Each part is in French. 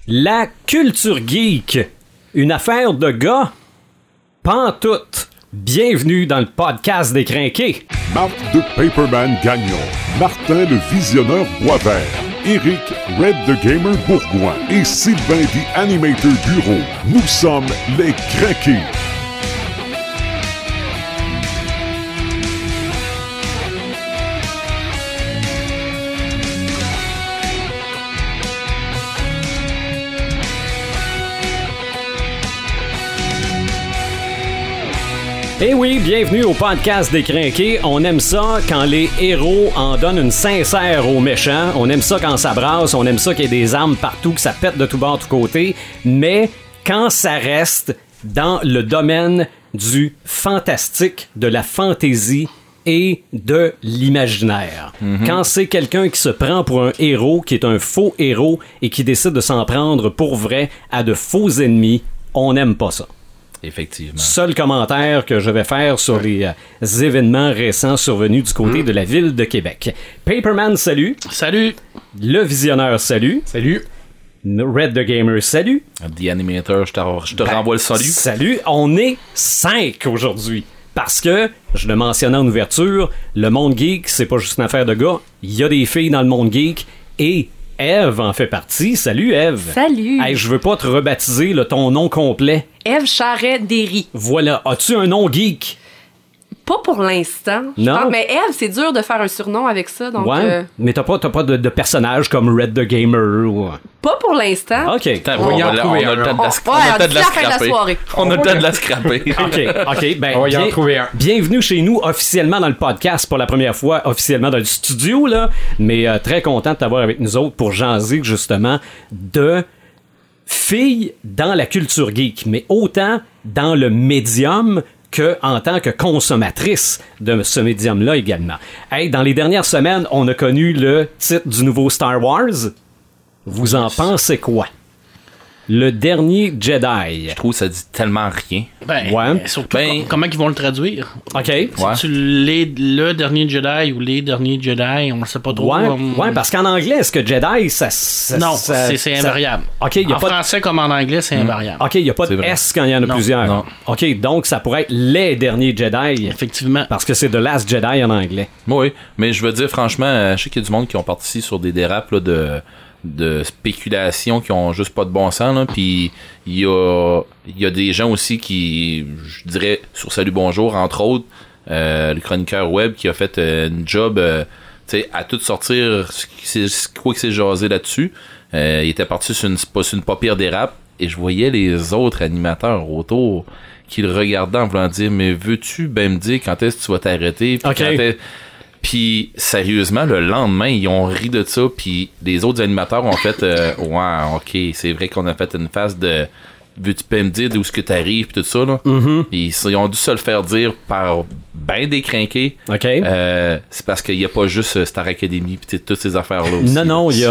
La culture geek, une affaire de gars? Pantoute. Bienvenue dans le podcast des Crinqués. Marc de Paperman Gagnon, Martin le Visionneur Boisvert, Eric Red the Gamer Bourgoin et Sylvain the Animator Bureau. Nous sommes les Crinqués. Eh oui, bienvenue au podcast des Crinqués. On aime ça quand les héros en donnent une sincère aux méchants. On aime ça quand ça brasse. On aime ça qu'il y ait des armes partout, que ça pète de tous bords, de tous côtés. Mais quand ça reste dans le domaine du fantastique, de la fantaisie et de l'imaginaire. Quand c'est quelqu'un qui se prend pour un héros, qui est un faux héros et qui décide de s'en prendre pour vrai à de faux ennemis, on n'aime pas ça. Effectivement. Seul commentaire que je vais faire sur les événements récents survenus du côté de la ville de Québec. Paperman, salut. Salut. Le Visionneur, salut. Salut. Red the Gamer, salut. The Animator, je te renvoie le salut. Salut. On est 5 aujourd'hui. Parce que, je le mentionnais en ouverture, le monde geek, c'est pas juste une affaire de gars. Il y a des filles dans le monde geek et Eve en fait partie. Salut, Eve. Salut. Hey, je veux pas te rebaptiser ton nom complet. Eve Charret-Derry. Voilà. As-tu un nom geek? Pas pour l'instant. Non. Mais Eve, c'est dur de faire un surnom avec ça. Donc, Ouais. Mais t'as pas de personnage comme Red the Gamer ou... pas pour l'instant. OK. On a le temps de la scraper. On a le temps de la scraper. OK. Ben, On va y en trouver un. Bienvenue chez nous officiellement dans le podcast pour la première fois, officiellement dans le studio, là. Mais très content de t'avoir avec nous autres pour jaser, justement, de filles dans la culture geek, mais autant dans le médium que en tant que consommatrice de ce médium-là également. Hey, dans les dernières semaines, on a connu le titre du nouveau Star Wars. Vous en pensez quoi? Le dernier Jedi. Je trouve que ça dit tellement rien. Ouais. Surtout comment ils vont le traduire. OK. Ouais. C'est-tu le dernier Jedi ou les derniers Jedi, on ne sait pas trop. Ouais, parce qu'en anglais, est-ce que Jedi, non, c'est invariable. OK, y a en pas français comme en anglais, c'est invariable. OK, il n'y a pas de vrai. S quand il y en a Non. plusieurs. Non. OK, donc ça pourrait être les derniers Jedi. Effectivement. Parce que c'est The Last Jedi en anglais. Oui, mais je veux dire, franchement, je sais qu'il y a du monde qui ont parti sur des dérapes là, de spéculation qui ont juste pas de bon sens, là. Puis il y a des gens aussi qui, je dirais, sur Salut Bonjour, entre autres, le chroniqueur web qui a fait une job, tu sais, à tout sortir quoi que c'est jasé là-dessus. Il était parti sur une pas pire dérape et je voyais les autres animateurs autour qui le regardaient en voulant dire, mais veux-tu me dire quand est-ce que tu vas t'arrêter? Puis OK. Puis sérieusement, le lendemain, ils ont ri de ça, puis les autres animateurs ont fait ouais, ok, c'est vrai qu'on a fait une phase de veux-tu me dire d'où est-ce que t'arrives pis tout ça là. Ils ont dû se le faire dire par ben des crinqués. OK. C'est parce qu'il y a pas juste Star Academy pis toutes ces affaires là aussi. Non, il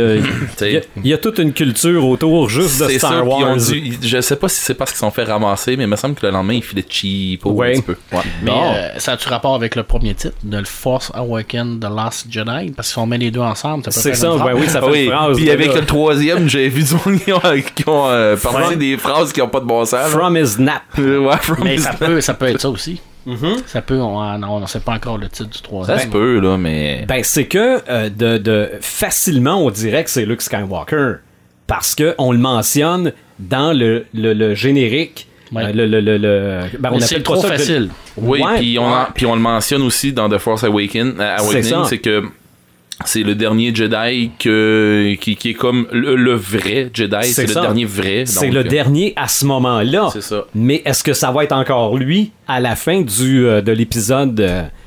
y a toute une culture autour juste de c'est Star ça, Wars. je sais pas si c'est parce qu'ils sont fait ramasser, mais il me semble que le lendemain, ils filaient cheap un petit peu. Ouais. Mais Bon. ça a-tu rapport avec le premier titre de le Force Awakens The Last Jedi? Parce qu'on met les deux ensemble, ça peut C'est faire ça, une phrase. oui, ça fait une phrase. Puis de avec là. le troisième, j'ai vu du monde qui ont parlé des phrases qui ont pas de bon sens. là. From his nap. Ouais, from Mais his- ça peut être ça aussi. Ça peut, on ne sait pas encore le titre du troisième. Ça se peut, là, mais... Ben, c'est que facilement, on dirait que c'est Luke Skywalker. Parce que on le mentionne dans le générique. Ouais. Ben, on Mais c'est appelle pas trop ça facile. Oui, Ouais. puis on le mentionne aussi dans The Force Awakening, ça. c'est que c'est le dernier Jedi qui est comme le vrai Jedi, c'est ça. le dernier vrai. C'est donc, le dernier à ce moment-là. C'est ça. Mais est-ce que ça va être encore lui à la fin de l'épisode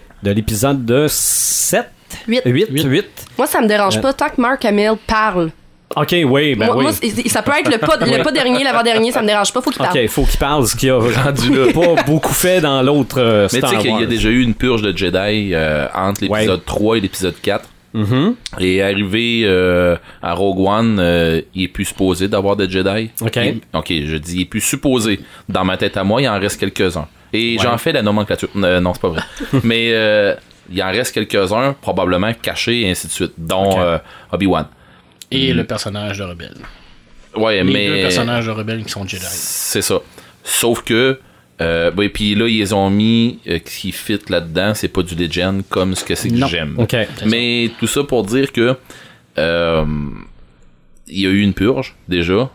de 7? 8. 8. Moi, ça me dérange pas tant que Mark Hamill parle. OK, oui, ben oui. Moi, ça peut être le pas dernier, l'avant-dernier, ça me dérange pas, faut qu'il parle. OK, faut qu'il parle, ce qu'il a Rendu là. pas beaucoup fait dans l'autre Mais tu Star sais qu'il y Wars. a déjà eu une purge de Jedi entre l'épisode 3 et l'épisode 4. Et arrivé à Rogue One, il est plus supposé d'avoir de Jedi. OK. OK, je dis il est plus supposé. Dans ma tête à moi, il en reste quelques-uns. Et j'en fais la nomenclature. Non, c'est pas vrai. Mais il en reste quelques-uns, probablement cachés, et ainsi de suite, dont Obi-Wan. Et le personnage de Rebelle. Ouais, les deux personnages de rebelles qui sont Jedi. C'est ça. Sauf que puis là, ils ont mis qui fit là-dedans, c'est pas du Legend comme ce que c'est que Non. j'aime. OK. Mais tout ça pour dire que il y a eu une purge déjà.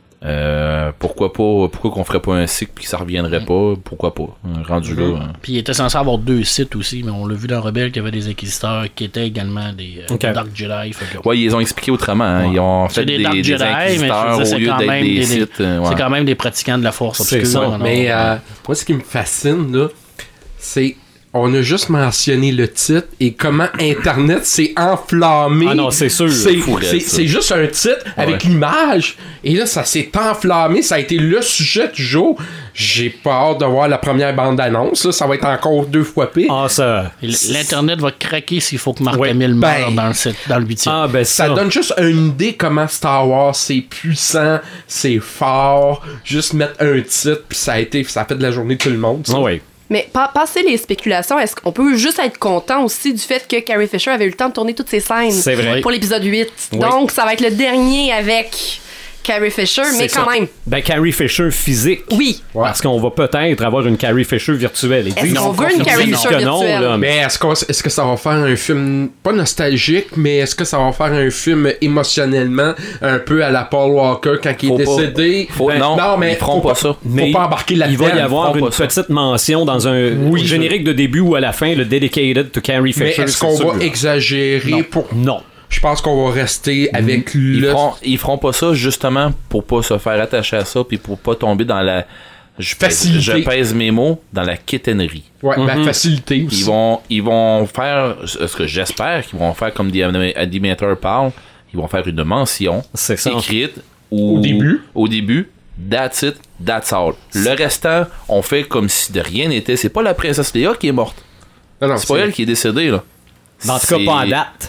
Pourquoi qu'on ferait pas un cycle puis que ça reviendrait pas? Pourquoi pas? Rendu là. Puis il était censé avoir 2 sites aussi, mais on l'a vu dans Rebelle qu'il y avait des inquisiteurs qui étaient également des Dark Jedi. Fait que, Ouais, ils ont expliqué autrement. Hein. Ils ont fait c'est des Dark Jedi, mais inquisiteurs je veux dire, au lieu d'être des sites. c'est quand même des pratiquants de la force C'est obscure. ça. alors, Mais moi, ce qui me fascine, là, c'est on a juste mentionné le titre et comment Internet s'est enflammé. Ah non, c'est sûr. C'est juste un titre avec l'image. Et là, ça s'est enflammé. Ça a été le sujet du jour. J'ai pas hâte de voir la première bande-annonce. Là. Ça va être encore 2 fois pire. Ah, ça. l'Internet va craquer s'il faut que Mark Ouais. Hamill meure Ben, dans le 8e. Ah, ben Ça donne juste une idée comment Star Wars c'est puissant, c'est fort. Juste mettre un titre, puis ça fait de la journée de tout le monde. ça. Ah, oui. Mais passer les spéculations, est-ce qu'on peut juste être content aussi du fait que Carrie Fisher avait eu le temps de tourner toutes ses scènes C'est vrai. pour l'épisode 8? Oui. Donc, ça va être le dernier avec Carrie Fisher, mais C'est quand ça. même. Ben, Carrie Fisher physique. Oui. Parce qu'on va peut-être avoir une Carrie Fisher virtuelle. Est-ce qu'on veut une Carrie Fisher virtuelle? Mais est-ce que ça va faire un film, pas nostalgique, mais est-ce que ça va faire un film émotionnellement un peu à la Paul Walker quand il est décédé? Non, mais ils feront pas ça. Faut pas embarquer là-dedans. Il va y avoir feront une pas ça. petite mention dans un générique de début ou à la fin, le Dedicated to Carrie Mais Fisher. est-ce qu'on va exagérer pour... Non. Je pense qu'on va rester avec Ils feront pas ça justement pour pas se faire attacher à ça puis pour pas tomber dans la Facilité. je pèse mes mots, dans la quétainerie. Ouais, la facilité aussi. Ils vont faire ce que j'espère qu'ils vont faire comme The Animator parle, ils vont faire une mention C'est ça. écrite Au début. That's it, that's all. Le restant, on fait comme si de rien n'était. C'est pas la princesse Léa qui est morte. Non, C'est pas elle qui est décédée, là. En tout cas, pas à date.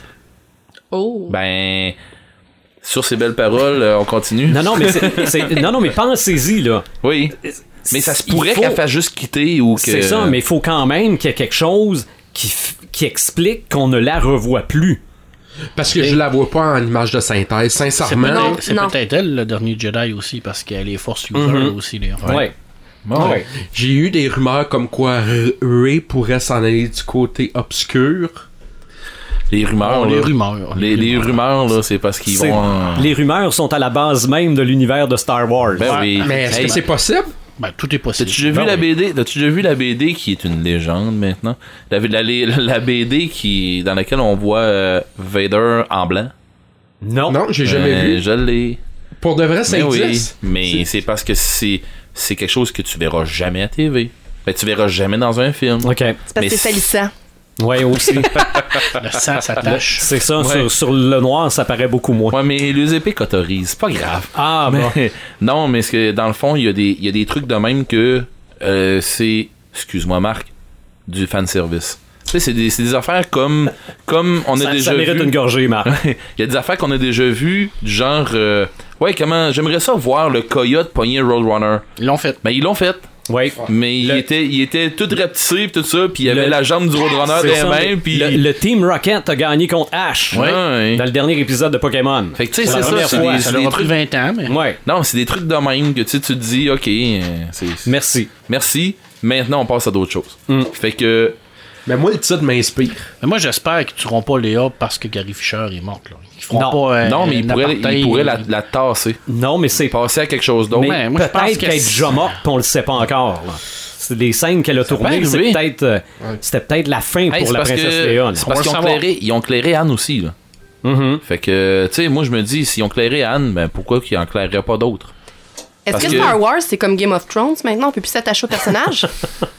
Oh. Ben, sur ces belles paroles, on continue. Non, non, mais pensez-y, là. Oui. Mais ça se pourrait Il faut- qu'elle fasse juste quitter ou que... C'est ça, mais il faut quand même qu'il y ait quelque chose qui explique qu'on ne la revoit plus. Parce que je la vois pas en image de synthèse, sincèrement. C'est peut-être elle, le dernier Jedi aussi, parce qu'elle est Force User aussi. Là. Ouais. Bon. Ouais. J'ai eu des rumeurs comme quoi Rey pourrait s'en aller du côté obscur. Les rumeurs, Les là. rumeurs. Les rumeurs, là, c'est parce qu'ils C'est- vont... Les rumeurs sont à la base même de l'univers de Star Wars. Ben oui. Mais est-ce Hey, que c'est possible? Ben, tout est possible. T'as-tu déjà vu la BD? T'as-tu déjà vu la BD qui est une légende maintenant? La BD dans laquelle on voit Vader en blanc. Non. Non, j'ai jamais vu. Je l'ai. Pour de vrai, ça Mais oui, existe. mais c'est parce que c'est quelque chose que tu verras jamais à TV. Ben, tu verras jamais dans un film. OK. C'est parce Mais que c'est salissant. Ouais, aussi. Le sang s'attache. C'est ça, Ouais. sur le noir, ça paraît beaucoup moins. Ouais, mais les épées qu'autorisent, c'est pas grave. Ah, bon. Mais- non, mais que dans le fond, il y a des trucs de même que c'est, excuse-moi Marc, du fanservice. Tu sais, c'est des affaires comme on a Ça, déjà ça mérite vu. une gorgée, Marc. Il y a des affaires qu'on a déjà vues, du genre, ouais, comment, j'aimerais ça voir le coyote pogner Roadrunner. Ils l'ont fait. Ben, ils l'ont fait. Oui. Mais il était tout rapetissé pis tout ça, puis il avait la jambe du Roadrunner C'est ça, dans les mais mains, puis... le Team Rocket a gagné contre Ash. Ouais. Dans le dernier épisode de Pokémon. Fait que tu sais, C'est c'est la ça, première c'est fois, des, Ça c'est leur des a pris trucs... 20 ans, mais... Ouais. Non, c'est des trucs de même que tu te dis, ok, Merci. merci, maintenant on passe à d'autres choses. Fait que... Mais moi, le titre m'inspire. Mais moi, j'espère qu'ils ne tueront pas Léa parce que Carrie Fisher est morte. Là. Ils feront Non. pas. non, mais il un pourrait apartheid. la tasser. Non, mais c'est Passer à quelque chose d'autre. Mais Ouais, moi, je pense peut-être que qu'elle est c'est- déjà morte, pis on le sait pas encore. Là. C'est des scènes qu'elle a tournées, peut c'est arriver. peut-être c'était peut-être la fin Hey, pour c'est la parce princesse que- Léa. là. C'est On parce va qu'ils le ont savoir. clairé, ils ont clairé Anne aussi, là. Mhm. Fait que, tu sais, moi je me dis, s'ils ont clairé Anne, ben pourquoi qu'ils en claireraient pas d'autres? Est-ce Parce que que- Star Wars, c'est comme Game of Thrones maintenant? On peut plus s'attacher au personnage?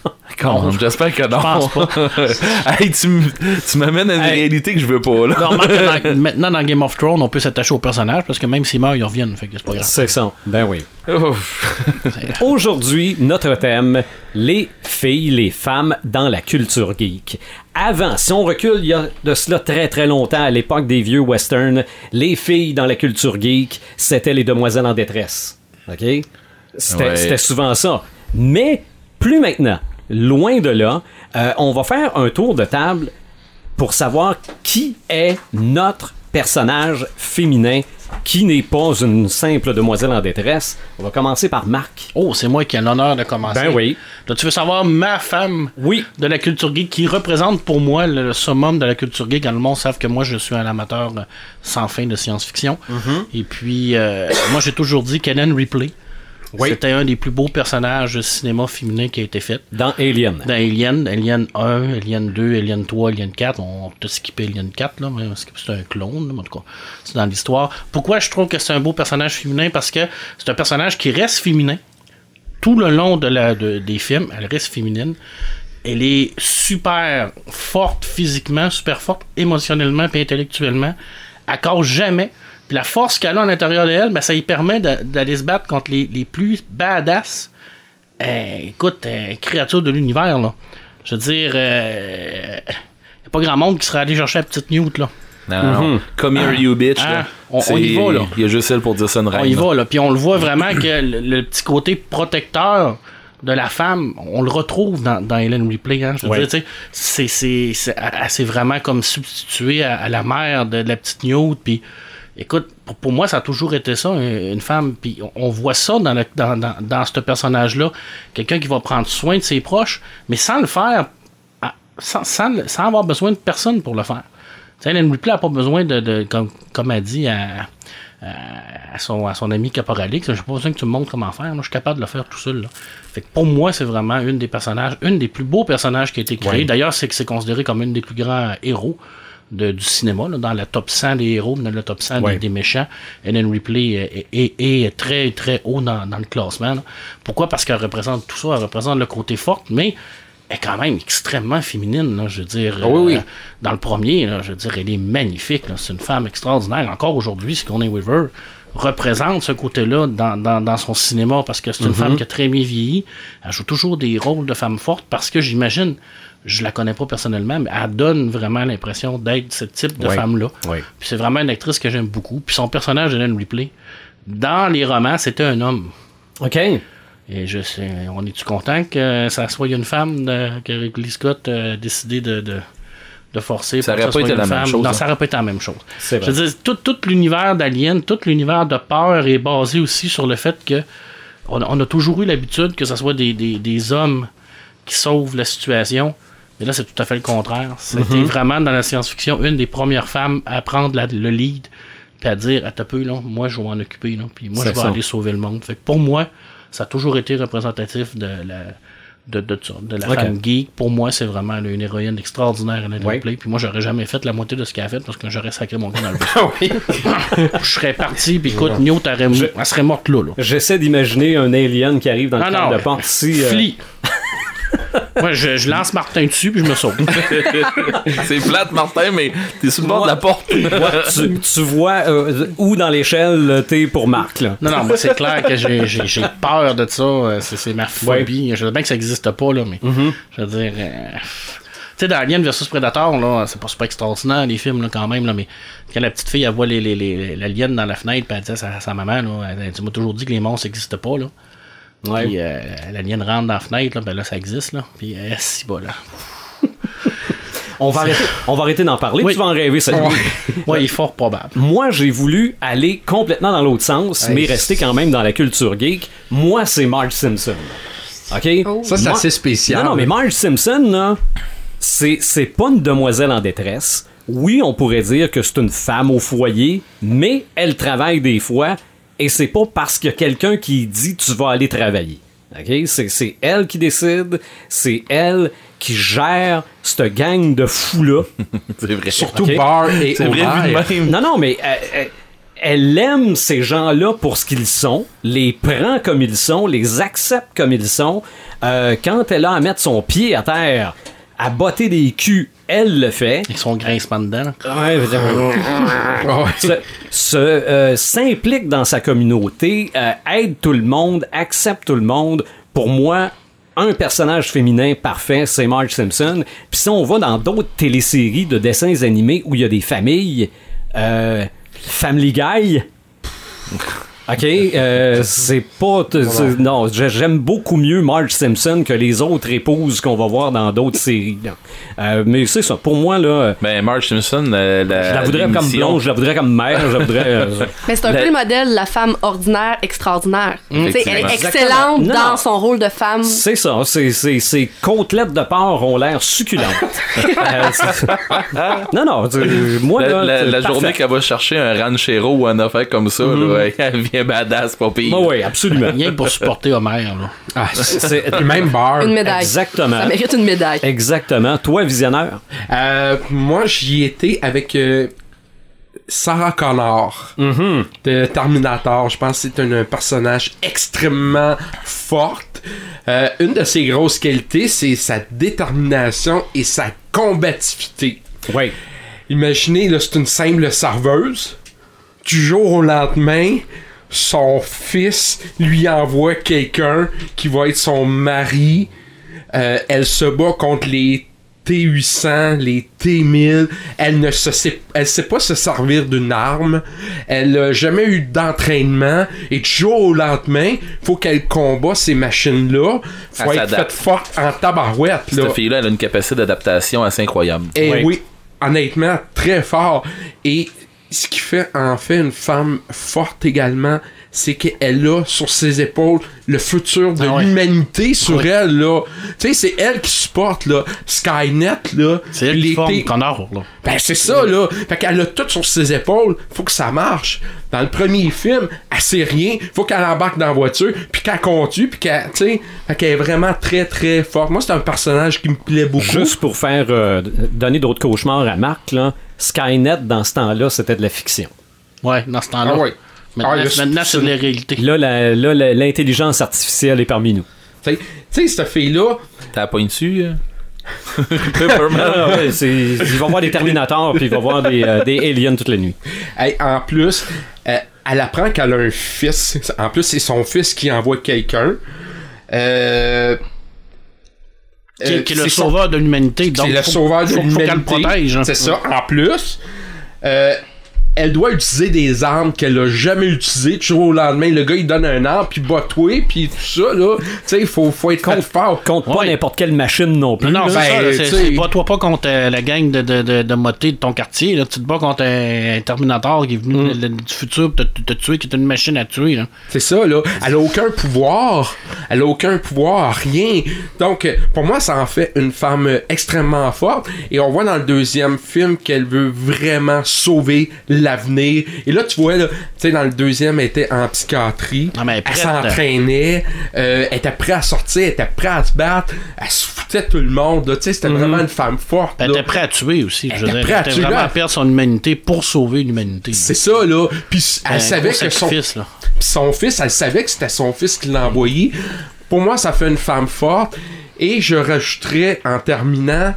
J'espère que non. pense pas. Hey, tu m'amènes à une Hey. réalité que je veux pas, là. Non, remarque que maintenant, dans Game of Thrones, on peut s'attacher au personnage parce que même s'ils meurent, ils reviennent. Fait que c'est pas grave. C'est ça. Ben oui. Ouf. Aujourd'hui, notre thème, les filles, les femmes dans la culture geek. Avant, si on recule, il y a de cela très très longtemps, à l'époque des vieux westerns, les filles dans la culture geek, c'était les demoiselles en détresse. OK? C'était souvent ça. Mais plus maintenant. Loin de là, on va faire un tour de table pour savoir qui est notre personnage féminin qui n'est pas une simple demoiselle en détresse. On va commencer par Marc. Oh, c'est moi qui ai l'honneur de commencer. Ben oui. Là, tu veux savoir ma femme de la culture geek qui représente pour moi le summum de la culture geek. Quand le monde savent que moi, je suis un amateur sans fin de science-fiction. Et puis, moi, j'ai toujours dit qu'Ellen Ripley, c'était un des plus beaux personnages de cinéma féminin qui a été fait. Dans Alien. Dans Alien 1, Alien 2, Alien 3, Alien 4. On peut skipper Alien 4, là, mais c'est un clone, là, en tout cas. C'est dans l'histoire. Pourquoi je trouve que c'est un beau personnage féminin? Parce que c'est un personnage qui reste féminin. Tout le long des films, elle reste féminine. Elle est super forte physiquement, super forte émotionnellement et intellectuellement. Elle casse jamais. Puis la force qu'elle a à l'intérieur d'elle, ben, ça lui permet d'aller se battre contre les plus badass. Écoute, créature de l'univers, là. Je veux dire, y a pas grand monde qui serait allé chercher la petite Newt, là. Non. Come here, you bitch. Là. On y va, là. Il y a juste elle pour dire ça une reine. On y va, là. Puis on le voit vraiment que le petit côté protecteur de la femme, on le retrouve dans Ellen Ripley. Hein? Je veux dire, c'est vraiment comme substitué à la mère de la petite Newt. Puis écoute, pour moi, ça a toujours été ça, une femme. Puis on voit ça dans ce personnage-là. Quelqu'un qui va prendre soin de ses proches, mais sans le faire, sans avoir besoin de personne pour le faire. T'sais, Ellen Ripley n'a pas besoin comme elle dit à son ami Caporalix, j'ai pas besoin que tu me montres comment faire, moi, je suis capable de le faire tout seul. Là. Fait que pour moi, c'est vraiment une des plus beaux personnages qui a été créé. D'ailleurs, c'est considéré comme une des plus grands héros du cinéma, là, dans la top 100 des héros, dans le top 100 des méchants. Ellen Ripley est très, très haut dans le classement. Là. Pourquoi? Parce qu'elle représente tout ça, elle représente le côté fort, mais elle est quand même extrêmement féminine, là, je veux dire. Dans le premier, là, je veux dire, elle est magnifique. Là, c'est une femme extraordinaire. Encore aujourd'hui, Sigourney Weaver représente ce côté-là dans son cinéma parce que c'est une femme qui a très bien vieilli. Elle joue toujours des rôles de femme forte parce que j'imagine, je la connais pas personnellement, mais elle donne vraiment l'impression d'être ce type de femme-là. Puis c'est vraiment une actrice que j'aime beaucoup. Puis son personnage, Ellen Ripley, dans les romans, c'était un homme. OK. Et on est-tu content que ça soit une femme que Ridley Scott a décidé de forcer ça pour que ça soit une femme? Chose, non, hein? ça n'aurait pas été la même chose. C'est Je veux dire, tout l'univers d'Alien, tout l'univers de peur est basé aussi sur le fait que on a toujours eu l'habitude que ce soit des hommes qui sauvent la situation. Mais là, c'est tout à fait le contraire. C'était vraiment dans la science-fiction une des premières femmes à prendre le lead puis à dire, attends un peu, là, moi, je vais m'en occuper, là, puis moi, je vais aller sauver le monde. Fait que pour moi, ça a toujours été représentatif de la femme geek. Pour moi, c'est vraiment une héroïne extraordinaire à Ripley. Puis moi, j'aurais jamais fait la moitié de ce qu'elle a fait parce que j'aurais sacré mon gars dans le bus. Je serais parti, puis écoute, Newt, elle serait morte là. J'essaie d'imaginer un alien qui arrive dans le cadre de porte ici. Fli. Moi, je lance Martin dessus, puis je me sauve. C'est plate, Martin, mais t'es sur le bord de la porte. Tu vois où dans l'échelle t'es pour Marc, là. Non, moi, c'est clair que j'ai peur de ça. C'est ma phobie. Je sais bien que ça n'existe pas, là, mais je veux dire... tu sais, dans Alien vs Predator, là, c'est pas super extraordinaire, les films, là, quand même, là, mais quand la petite fille, elle voit l'alien dans la fenêtre, puis elle dit à sa maman, là, elle m'a toujours dit que les monstres n'existent pas, là. Puis l'alien rentre dans la fenêtre, là, ben là, ça existe, là. Puis si, bah, là. On va arrêter d'en parler. Tu vas en rêver, ça. Oui, il est fort probable. Moi, j'ai voulu aller complètement dans l'autre sens, mais rester quand même dans la culture geek. Moi, c'est Marge Simpson. OK? Ça, c'est assez spécial. Non, mais Marge Simpson, là, c'est pas une demoiselle en détresse. Oui, on pourrait dire que c'est une femme au foyer, mais elle travaille des fois, et c'est pas parce qu'il y a quelqu'un qui dit tu vas aller travailler. OK? C'est elle qui décide, c'est elle qui gère cette gang de fous-là. C'est vrai. Surtout Bar et O'Hare. Non, mais elle aime ces gens-là pour ce qu'ils sont, les prend comme ils sont, les accepte comme ils sont. Quand elle a à mettre son pied à terre, à botter des culs, elle le fait. Avec son grincement dedans. S'implique dans sa communauté, aide tout le monde, accepte tout le monde. Pour moi, un personnage féminin parfait, c'est Marge Simpson. Puis si on va dans d'autres téléséries de dessins animés où il y a des familles, Family Guy... OK, c'est pas... non, j'aime beaucoup mieux Marge Simpson que les autres épouses qu'on va voir dans d'autres séries. Mais c'est ça, pour moi, là... Ben, Marge Simpson, je la voudrais comme blonde, je la voudrais comme mère, je la voudrais... Mais c'est un peu le modèle de la femme ordinaire, extraordinaire. Elle est excellente dans son rôle de femme. C'est ça, ces côtelettes de porc ont l'air succulentes. Non, moi, là... La journée qu'elle va chercher un ranchero ou un affaire comme ça, là, elle vient badass, pas pire. Oui, absolument. Rien pour supporter Homer, là. Ah, c'est le même bar. Une médaille. Exactement. Ça mérite une médaille. Exactement. Toi, visionneur? Moi, j'y étais avec Sarah Connor de Terminator. Je pense que c'est un personnage extrêmement forte. Une de ses grosses qualités, c'est sa détermination et sa combativité. Oui. Imaginez, là, c'est une simple serveuse. Du jour au lendemain, son fils lui envoie quelqu'un qui va être son mari. Elle se bat contre les T800, les T1000. Elle sait pas se servir d'une arme. Elle a jamais eu d'entraînement. Et du jour au lendemain, faut qu'elle combat ces machines-là. Faut être faite forte en tabarouette. Cette fille-là, elle a une capacité d'adaptation assez incroyable. Et oui, honnêtement, très fort. Et ce qui fait en fait une femme forte également, c'est qu'elle a sur ses épaules le futur de l'humanité sur elle, là. Tu sais, c'est elle qui supporte, là, Skynet, là. C'est elle qui forme Connor, là. Ben, c'est ça, là. Fait qu'elle a tout sur ses épaules. Faut que ça marche. Dans le premier film, elle sait rien. Faut qu'elle embarque dans la voiture, puis qu'elle conduit, puis qu'elle, tu sais, fait qu'elle est vraiment très, très forte. Moi, c'est un personnage qui me plaît beaucoup. Juste pour faire donner d'autres cauchemars à Marc, là, Skynet, dans ce temps-là, c'était de la fiction. Ouais, dans ce temps-là. Ah ouais. Maintenant, c'est de la réalité. Là, l'intelligence artificielle est parmi nous. Tu sais, cette fille-là... T'as pas dessus, il va voir des Terminators, puis il va voir des aliens toute la nuit. Hey, en plus, elle apprend qu'elle a un fils. En plus, c'est son fils qui envoie quelqu'un. Qui est le sauveur de l'humanité. C'est le sauveur de l'humanité. Faut qu'elle le protège. Hein. C'est ça. En plus, elle doit utiliser des armes qu'elle a jamais utilisées. Toujours au lendemain, le gars, il donne un arme, puis bat-toi, puis tout ça, là. Tu sais, il faut être fort. Contre pas n'importe quelle machine non plus. Non, bats-toi pas contre la gang de motés de ton quartier, là. Tu te bats contre un Terminator qui est venu du futur pour te tuer, qui est une machine à tuer, là. C'est ça, là. Elle a aucun pouvoir. Rien. Donc, pour moi, ça en fait une femme extrêmement forte. Et on voit dans le deuxième film qu'elle veut vraiment sauver l'avenir. Et là, tu vois, tu sais, dans le deuxième, elle était en psychiatrie. Non, mais elle s'entraînait. Elle était prête à sortir. Elle était prête à se battre. Elle se foutait de tout le monde. Tu sais, c'était vraiment une femme forte. Elle était prête à tuer aussi. Elle était prête vraiment à perdre son humanité pour sauver l'humanité. C'est ça, là. Puis elle savait que son fils, elle savait que c'était son fils qui l'a envoyé. Pour moi, ça fait une femme forte. Et je rajouterais, en terminant,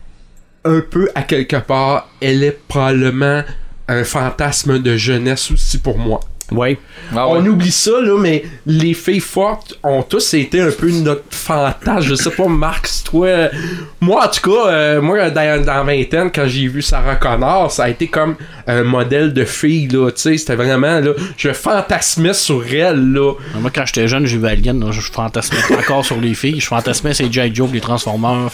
un peu à quelque part, elle est probablement un fantasme de jeunesse aussi pour moi. Oui. On oublie ça, là, mais les filles fortes ont tous été un peu notre fantasme. Je sais pas, Marc, c'est toi. Moi, en tout cas, moi, dans vingtaine, quand j'ai vu Sarah Connor, ça a été comme un modèle de fille, là. Tu sais, c'était vraiment, là, je fantasmais sur elle, là. Moi, quand j'étais jeune, j'ai vu Alien, là, je fantasmais encore sur les filles. Je fantasmais ces G.I. Joe, les Transformers.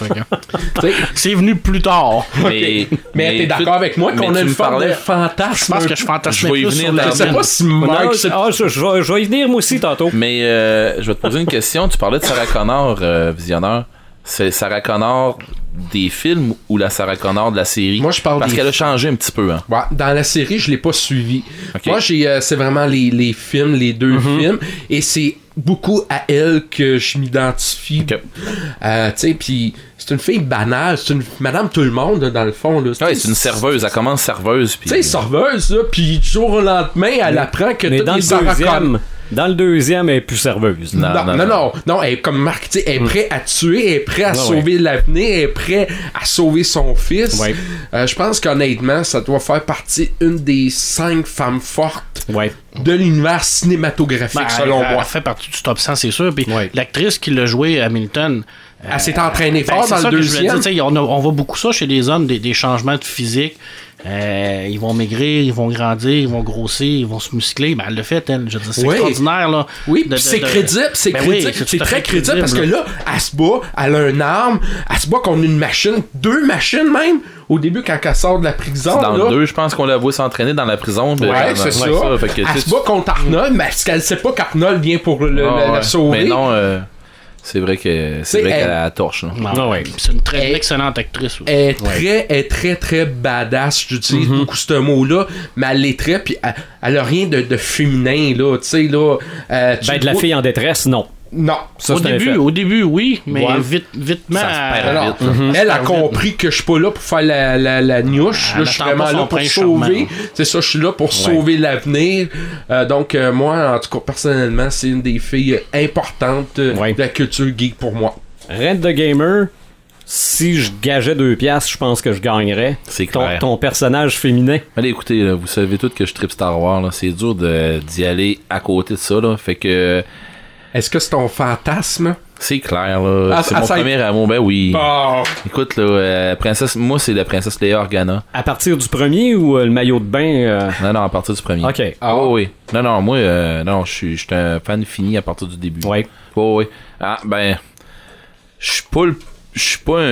C'est venu plus tard. Mais t'es d'accord avec moi qu'on a une forme de fantasme? Je pense que je fantasmais plus sur je sais pas si Marc... je vais y venir moi aussi tantôt. Mais je vais te poser une question. Tu parlais de Sarah Connor, visionneur. C'est Sarah Connor des films ou la Sarah Connor de la série? Moi, je parle parce qu'elle a changé un petit peu. Hein. Ouais, dans la série, je l'ai pas suivi. Okay. Moi, c'est vraiment les films, les deux films. Et c'est beaucoup à elle que je m'identifie. Okay. Tu sais, puis c'est une fille banale. C'est une madame tout le monde, dans le fond. Là. Ouais, c'est une serveuse. Elle commence serveuse. Tu sais, serveuse, là. Puis du jour au lendemain, elle apprend que toutes les Sarah Connor... Dans le deuxième, elle est plus serveuse. Non, elle est comme Marc, tu sais, elle est prête à tuer, elle est prête à sauver l'avenir, elle est prête à sauver son fils. Ouais. Je pense qu'honnêtement, ça doit faire partie une des 5 femmes fortes de l'univers cinématographique, selon moi. Elle fait partie du top 100, c'est sûr. Puis l'actrice qui l'a joué, Hamilton... elle s'est entraînée fort dans le deuxième. On voit beaucoup ça chez les hommes, des changements de physique. ils vont maigrir, ils vont grandir, ils vont grossir, ils vont se muscler. Ben, elle l'a fait, elle. Je veux dire, c'est extraordinaire, là. Oui, c'est crédible, c'est crédible. C'est très crédible parce que là, elle se bat, elle a une arme, elle se bat contre une machine, 2 machines même. Au début, quand elle sort de la prison. Dans le 2, je pense qu'on la voit s'entraîner dans la prison. Ouais, c'est ça. Elle se bat contre Arnold, mais elle sait pas qu'Arnold vient pour la sauver. Mais non, c'est vrai qu'elle a la torche. C'est une très excellente actrice. Elle est très, très badass. J'utilise beaucoup ce mot-là, mais elle l'est très, puis elle a rien de féminin, là. Tu sais, là. De la fille en détresse, non. Non. Ça, au début, oui, mais vitement. Elle a compris que je suis pas là pour faire la gnouche. Là, je suis vraiment là pour sauver. C'est ça, je suis là pour sauver l'avenir. Donc, moi, en tout cas, personnellement, c'est une des filles importantes de la culture geek pour moi. Red the Gamer, si je gageais 2 piastres, je pense que je gagnerais. C'est clair. Ton personnage féminin. Allez, écoutez, là, vous savez tous que je tripe Star Wars. Là. C'est dur d'y aller à côté de ça. Là. Fait que... Est-ce que c'est ton fantasme? C'est clair, là. C'est mon premier amour, ben oui. Oh. Écoute, là, moi, c'est la princesse Leia Organa. À partir du premier ou le maillot de bain? Non, à partir du premier. OK. Oh, oui. Non, moi, je suis un fan fini à partir du début. Oui. Oh, oui. Ah, ben, je suis pas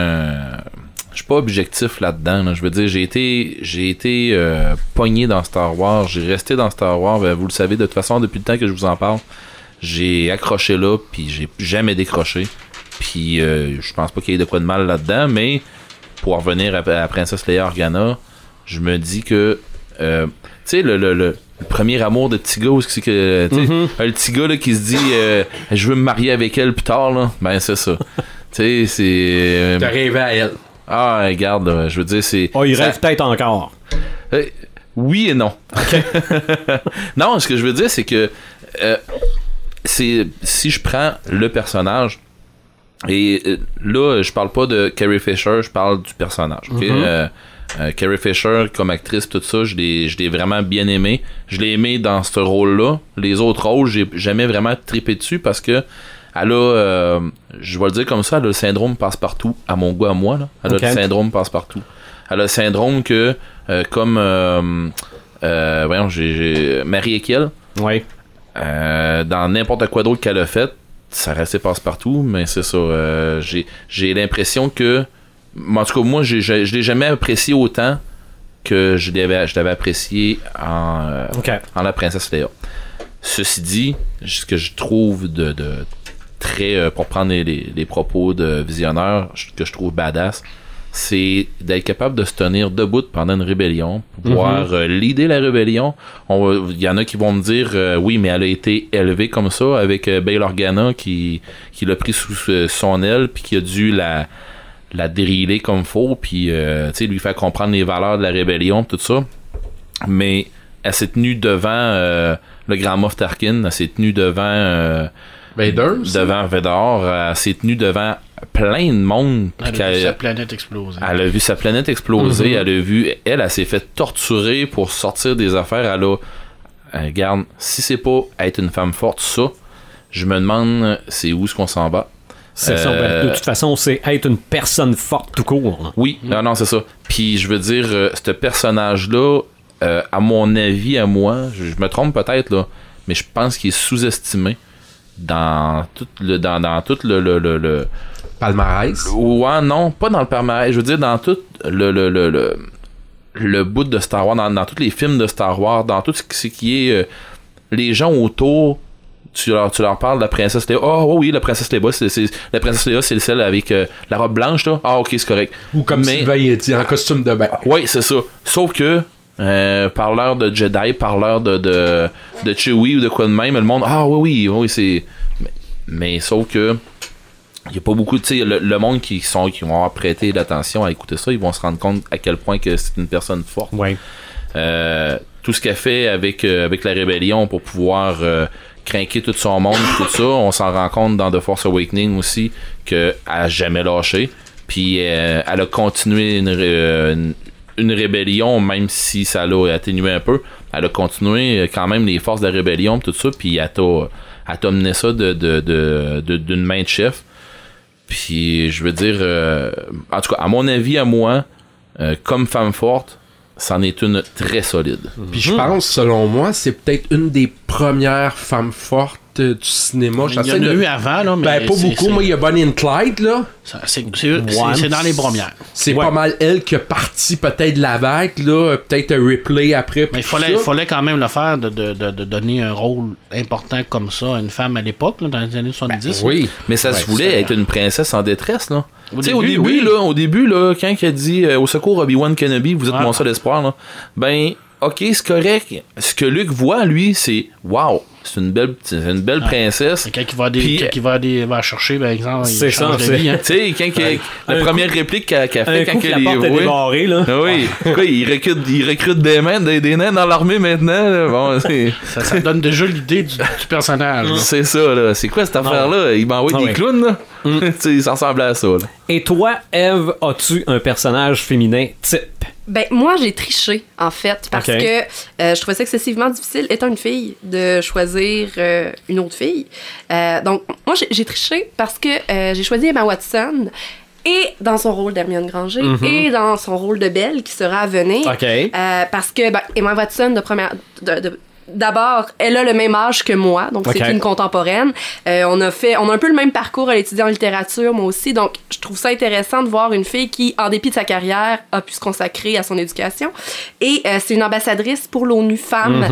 objectif là-dedans. Là. Je veux dire, j'ai été pogné dans Star Wars. J'ai resté dans Star Wars. Vous le savez, de toute façon, depuis le temps que je vous en parle. J'ai accroché là, puis j'ai jamais décroché. Puis je pense pas qu'il y ait de quoi de mal là-dedans, mais pour revenir à la princesse Leia Organa, je me dis que tu sais, le premier amour de petit gars, c'est que le petit gars là, qui se dit je veux me marier avec elle plus tard, là, ben c'est ça. Tu sais, c'est... T'as rêvé à elle. Ah, regarde, là, je veux dire, c'est... Oh, il rêve peut-être encore. Oui et non. Okay. Non, ce que je veux dire, c'est que... si je prends le personnage et là je parle pas de Carrie Fisher, je parle du personnage, okay? Carrie Fisher comme actrice, tout ça, je l'ai vraiment bien aimé. Je l'ai aimé dans ce rôle-là. Les autres rôles, j'ai jamais vraiment trippé dessus parce que elle a, je vais le dire comme ça, elle a le syndrome passe-partout à mon goût à moi là. Elle a le syndrome passe-partout. Elle a le syndrome que comme voyons, j'ai Marie Ekiel. Oui. Dans n'importe quoi d'autre qu'elle a fait, ça restait passe-partout, mais c'est ça. J'ai l'impression que, en tout cas, moi, je l'ai jamais apprécié autant que je l'avais apprécié en La Princesse Leia. Ceci dit, ce que je trouve de très, pour prendre les propos de Visionneur, que je trouve badass, c'est d'être capable de se tenir debout pendant une rébellion, pour pouvoir leader la rébellion. Il y en a qui vont me dire oui, mais elle a été élevée comme ça avec Bail Organa qui l'a pris sous son aile puis qui a dû la driller comme faut puis lui faire comprendre les valeurs de la rébellion, tout ça. Mais elle s'est tenue devant le grand Moff Tarkin, elle s'est tenue devant Vader, elle s'est tenue devant plein de monde. Elle a vu sa planète exploser. Elle a vu sa planète exploser. Elle s'est fait torturer pour sortir des affaires. Regarde, si c'est pas être une femme forte, ça, je me demande c'est où est-ce qu'on s'en bat. C'est ça, de toute façon, c'est être une personne forte tout court. Là. Oui, non, c'est ça. Puis je veux dire, ce personnage-là, à mon avis, à moi, je me trompe peut-être, là, mais je pense qu'il est sous-estimé dans tout le palmarès. Ouais, non, pas dans le palmarès. Je veux dire, dans tout le bout de Star Wars, dans tous les films de Star Wars, dans tout ce qui est les gens autour, tu leur parles de la princesse Leia. Oh oui, la princesse Leia, la princesse Leia, c'est celle avec la robe blanche, là. Ah, ok, c'est correct. Ou comme Sylvain il dit, en costume de bain. Oui, c'est ça. Sauf que parleur de Jedi, parleur de Chewie ou de quoi de même, le monde, ah oui, c'est... Mais sauf que il y a pas beaucoup, tu sais, le monde qui vont avoir prêté l'attention à écouter ça, ils vont se rendre compte à quel point que c'est une personne forte. Ouais. Tout ce qu'elle fait avec la rébellion pour pouvoir craquer tout son monde, tout ça, on s'en rend compte dans The Force Awakening aussi qu'elle a jamais lâché. Puis elle a continué une rébellion, même si ça l'a atténué un peu. Elle a continué quand même les forces de la rébellion, tout ça, puis elle t'a mené ça d'une main de chef. Puis je veux dire, en tout cas, à mon avis, à moi, comme femme forte, c'en est une très solide. Puis je pense, selon moi, c'est peut-être une des premières femmes fortes du cinéma. Il y en a eu avant, là, mais... Ben, pas beaucoup. Moi, il y a Bonnie and Clyde, là. C'est dans les premières. C'est pas mal elle qui a parti peut-être de la vague, là. Peut-être un replay après. Mais il fallait quand même le faire, de donner un rôle important comme ça à une femme à l'époque, là, dans les années 70. Ben, oui. Mais ça se voulait être une princesse en détresse, là. Au début, oui. quand il a dit au secours Obi-Wan Kenobi, vous êtes mon seul espoir, là, ben, ok, c'est correct. Ce que Luke voit, lui, c'est wow, c'est une belle princesse. Et quand il va chercher, par exemple, c'est ça, c'est. Tu sais, la première réplique qu'elle fait quand la porte est débarrée, là. Oui, quoi, il recrute des nains dans l'armée maintenant. Là. Bon, ça donne déjà l'idée du personnage. C'est ça, là. C'est quoi cette affaire-là? Il m'envoie des clowns, là. Ça ressemble à ça, là. Et toi, Eve, as-tu un personnage féminin type? Ben, moi, j'ai triché, en fait, parce que je trouvais ça excessivement difficile, étant une fille, de choisir une autre fille. Donc, moi, j'ai triché parce que j'ai choisi Emma Watson, et dans son rôle d'Hermione Granger, et dans son rôle de Belle, qui sera à venir. Parce que, Emma Watson, d'abord, elle a le même âge que moi, donc c'est une contemporaine. On a un peu le même parcours à l'étudier en littérature, moi aussi, donc je trouve ça intéressant de voir une fille qui, en dépit de sa carrière, a pu se consacrer à son éducation. Et c'est une ambassadrice pour l'ONU Femmes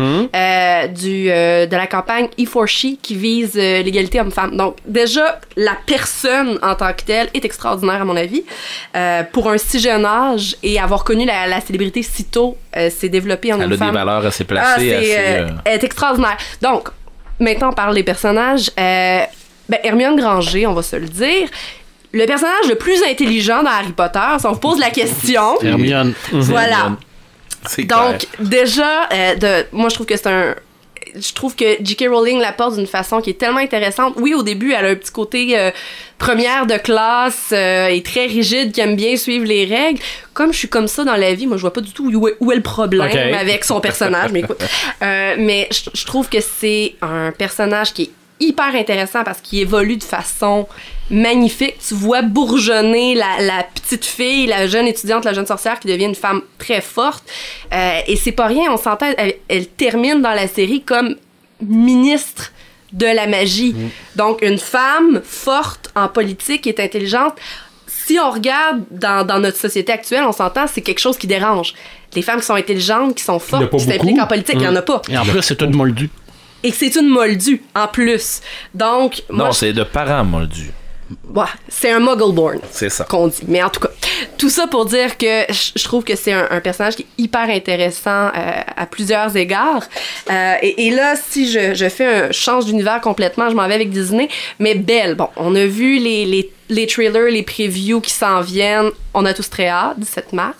de la campagne E4She qui vise l'égalité homme-femme. Donc déjà, la personne en tant que telle est extraordinaire à mon avis. Pour un si jeune âge et avoir connu la célébrité si tôt, s'est développée en une femme. Elle a des valeurs assez placées, elle est extraordinaire. Donc, maintenant, on parle des personnages. Hermione Granger, on va se le dire. Le personnage le plus intelligent dans Harry Potter, si on vous pose la question. Hermione. Voilà. C'est donc, clair. déjà, moi, je trouve que je trouve que J.K. Rowling l'apporte d'une façon qui est tellement intéressante. Oui, au début, elle a un petit côté première de classe et très rigide, qui aime bien suivre les règles. Comme je suis comme ça dans la vie, moi, je vois pas du tout où est le problème avec son personnage. Mais écoute, mais je trouve que c'est un personnage qui est hyper intéressant parce qu'il évolue de façon magnifique. Tu vois bourgeonner la petite fille, la jeune étudiante, la jeune sorcière qui devient une femme très forte. Et c'est pas rien, on s'entend, elle termine dans la série comme ministre de la magie. Donc, une femme forte en politique qui est intelligente. Si on regarde dans notre société actuelle, on s'entend, c'est quelque chose qui dérange. Les femmes qui sont intelligentes, qui sont fortes, qui s'impliquent en politique, il y en a pas. Et en plus, c'est une moldue. Et que c'est une moldue, en plus. Donc, non, c'est de parents moldus. Ouais, c'est un Muggleborn. C'est ça. Qu'on dit. Mais en tout cas, tout ça pour dire que je trouve que c'est un personnage qui est hyper intéressant à plusieurs égards. Et là, si je change d'univers complètement, je m'en vais avec Disney. Mais Belle, bon, on a vu les trailers, les previews qui s'en viennent. On a tous très hâte, 17 mars.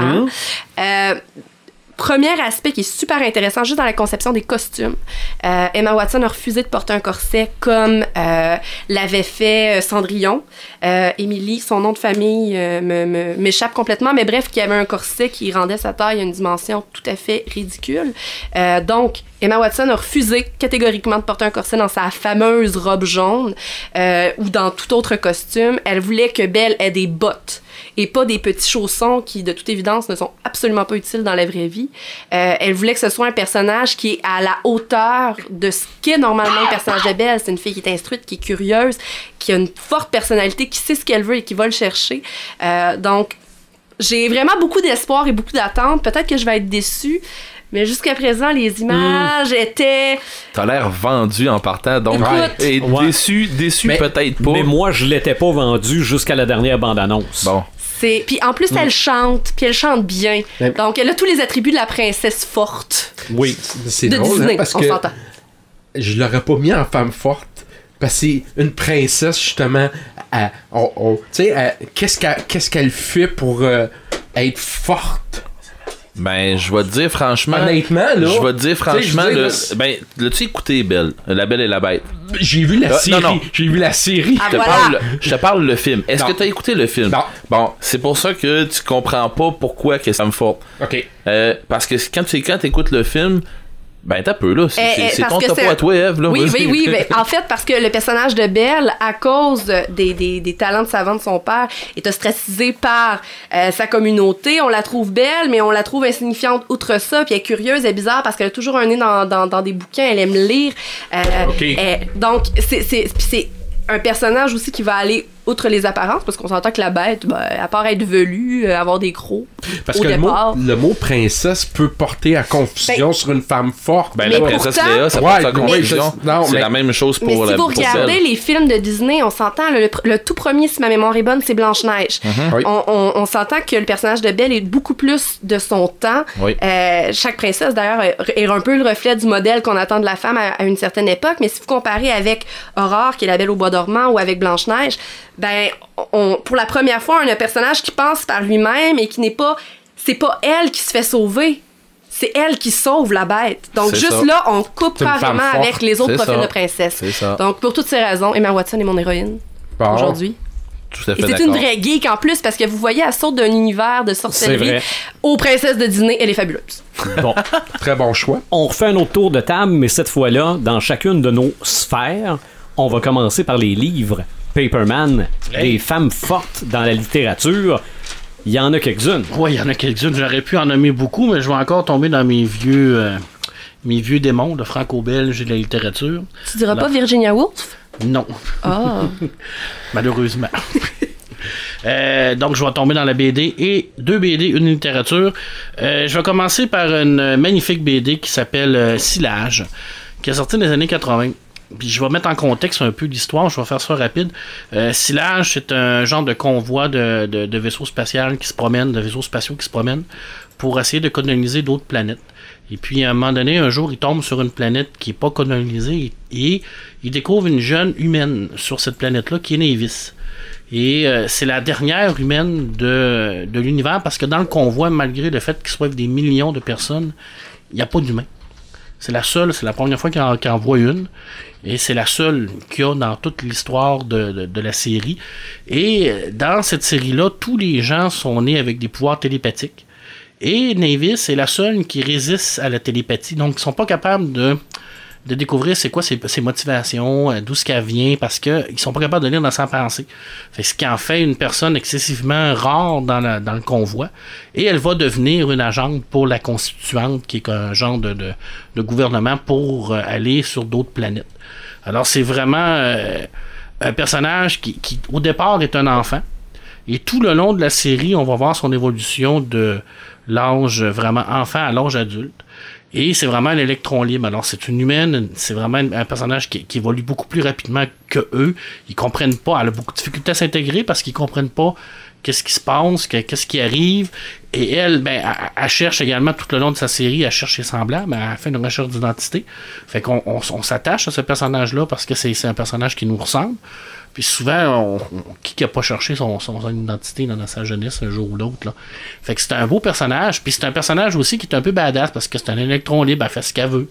Premier aspect qui est super intéressant, juste dans la conception des costumes. Emma Watson a refusé de porter un corset comme l'avait fait Cendrillon. Émilie, son nom de famille m'échappe complètement, mais bref, qui avait un corset qui rendait sa taille à une dimension tout à fait ridicule. Donc, Emma Watson a refusé catégoriquement de porter un corset dans sa fameuse robe jaune ou dans tout autre costume. Elle voulait que Belle ait des bottes et pas des petits chaussons qui, de toute évidence, ne sont absolument pas utiles dans la vraie vie. Elle voulait que ce soit un personnage qui est à la hauteur de ce qu'est normalement le personnage de Belle. C'est une fille qui est instruite, qui est curieuse, qui a une forte personnalité, qui sait ce qu'elle veut et qui va le chercher. Donc, j'ai vraiment beaucoup d'espoir et beaucoup d'attentes. Peut-être que je vais être déçue, mais jusqu'à présent, les images étaient... T'as l'air vendu en partant, donc et déçu mais, peut-être pas. Mais moi, je l'étais pas vendu jusqu'à la dernière bande-annonce. Bon. Puis en plus, elle chante, puis elle chante bien. Donc, elle a tous les attributs de la princesse forte. Oui. C'est de drôle, Disney, parce on que s'entend. Je l'aurais pas mis en femme forte. Parce que c'est une princesse, justement. Qu'est-ce qu'elle fait pour être forte? Ben, je vais te dire franchement. Honnêtement, là. Je vais te dire franchement, ben, l'as-tu écouté, Belle? La Belle et la Bête? J'ai vu la série. Non. J'ai vu la série. Je te parle le film. Est-ce que t'as écouté le film? Non. Bon, c'est pour ça que tu comprends pas pourquoi que ça me forte. OK. Parce que quand t'écoutes le film, Ben, t'as peu, là. C'est parce ton que topo c'est- à toi, Eve, là. Oui, Vas-y. oui. Ben, en fait, parce que le personnage de Belle, à cause des talents de savant de son père, est ostracisé par sa communauté. On la trouve belle, mais on la trouve insignifiante outre ça. Puis elle est curieuse, elle est bizarre parce qu'elle a toujours un nez dans des bouquins, elle aime lire. OK. Donc, c'est un personnage aussi qui va aller outre les apparences, parce qu'on s'entend que la bête, ben, à part être velue, avoir des crocs, Parce au que départ. le mot princesse peut porter à confusion sur une femme forte. Ben, Mais la princesse pourtant- Léa, ça Ouais, porte ça à mais- confusion. non, C'est mais- la même chose Mais pour si la vous pour regardez Belle. les films de Disney, on s'entend, le tout premier, si ma mémoire est bonne, c'est Blanche-Neige. Oui. On s'entend que le personnage de Belle est beaucoup plus de son temps. Oui. Chaque princesse, d'ailleurs, est un peu le reflet du modèle qu'on attend de la femme à une certaine époque. Mais si vous comparez avec Aurore, qui est la Belle au bois dormant, ou avec Blanche-Neige, ben, pour la première fois, on a un personnage qui pense par lui-même et qui n'est pas... C'est pas elle qui se fait sauver. C'est elle qui sauve la bête. Donc, C'est juste ça. là, on coupe C'est une femme carrément forte. avec les autres C'est profils ça. de princesse. C'est ça. Donc, pour toutes ces raisons, Emma Watson est mon héroïne Bon. aujourd'hui. Tout à Et fait c'est d'accord. une vraie geek en plus, parce que vous voyez, elle saute d'un univers de C'est sorcellerie vrai. aux princesses de Disney. Elle est fabuleuse. Bon, Très bon choix. on refait un autre tour de table, mais cette fois-là, dans chacune de nos sphères, on va commencer par les livres. Paperman, des femmes fortes dans la littérature. Il y en a quelques-unes. Oui, il y en a quelques-unes. J'aurais pu en nommer beaucoup, mais je vais encore tomber dans mes vieux démons de franco-belge et de la littérature. Tu diras pas Virginia Woolf? Non, Ah. malheureusement. Donc, je vais tomber dans la BD et 2 BD, une littérature. Je vais commencer par une magnifique BD qui s'appelle Silage, qui est sortie dans les années 80. Puis je vais mettre en contexte un peu l'histoire, je vais faire ça rapide. Silage, c'est un genre de convoi de vaisseaux spatiaux qui se promènent, de vaisseaux spatiaux qui se promènent pour essayer de coloniser d'autres planètes. Et puis, à un moment donné, un jour, il tombe sur une planète qui n'est pas colonisée et il découvre une jeune humaine sur cette planète-là qui est Navis. Et c'est la dernière humaine de l'univers parce que dans le convoi, malgré le fait qu'il soit des millions de personnes, il n'y a pas d'humains. C'est la seule, c'est la première fois qu'il en voit une. Et c'est la seule qu'il y a dans toute l'histoire de la série. Et dans cette série-là, tous les gens sont nés avec des pouvoirs télépathiques. Et Navis est la seule qui résiste à la télépathie. Donc, ils sont pas capables de découvrir c'est quoi ses motivations, d'où ce qu'elle vient, parce qu'ils sont pas capables de lire dans sa pensée. Fait ce qui en fait une personne excessivement rare dans le convoi. Et elle va devenir une agente pour la Constituante, qui est un genre de gouvernement pour aller sur d'autres planètes. Alors, c'est vraiment un personnage qui, au départ, est un enfant. Et tout le long de la série, on va voir son évolution de l'âge vraiment enfant à l'âge adulte. Et c'est vraiment un électron libre. Alors, c'est une humaine, c'est vraiment un personnage qui évolue beaucoup plus rapidement que eux. Ils comprennent pas, elle a beaucoup de difficultés à s'intégrer parce qu'ils comprennent pas qu'est-ce qui se passe, qu'est-ce qui arrive. Et elle, ben, elle cherche également tout le long de sa série, elle cherche ses semblables, elle fait une recherche d'identité. Fait qu'on s'attache à ce personnage-là parce que c'est un personnage qui nous ressemble. Puis souvent, qui n'a pas cherché son identité dans sa jeunesse un jour ou l'autre, là. Fait que c'est un beau personnage. Puis c'est un personnage aussi qui est un peu badass parce que c'est un électron libre, elle fait ce qu'elle veut.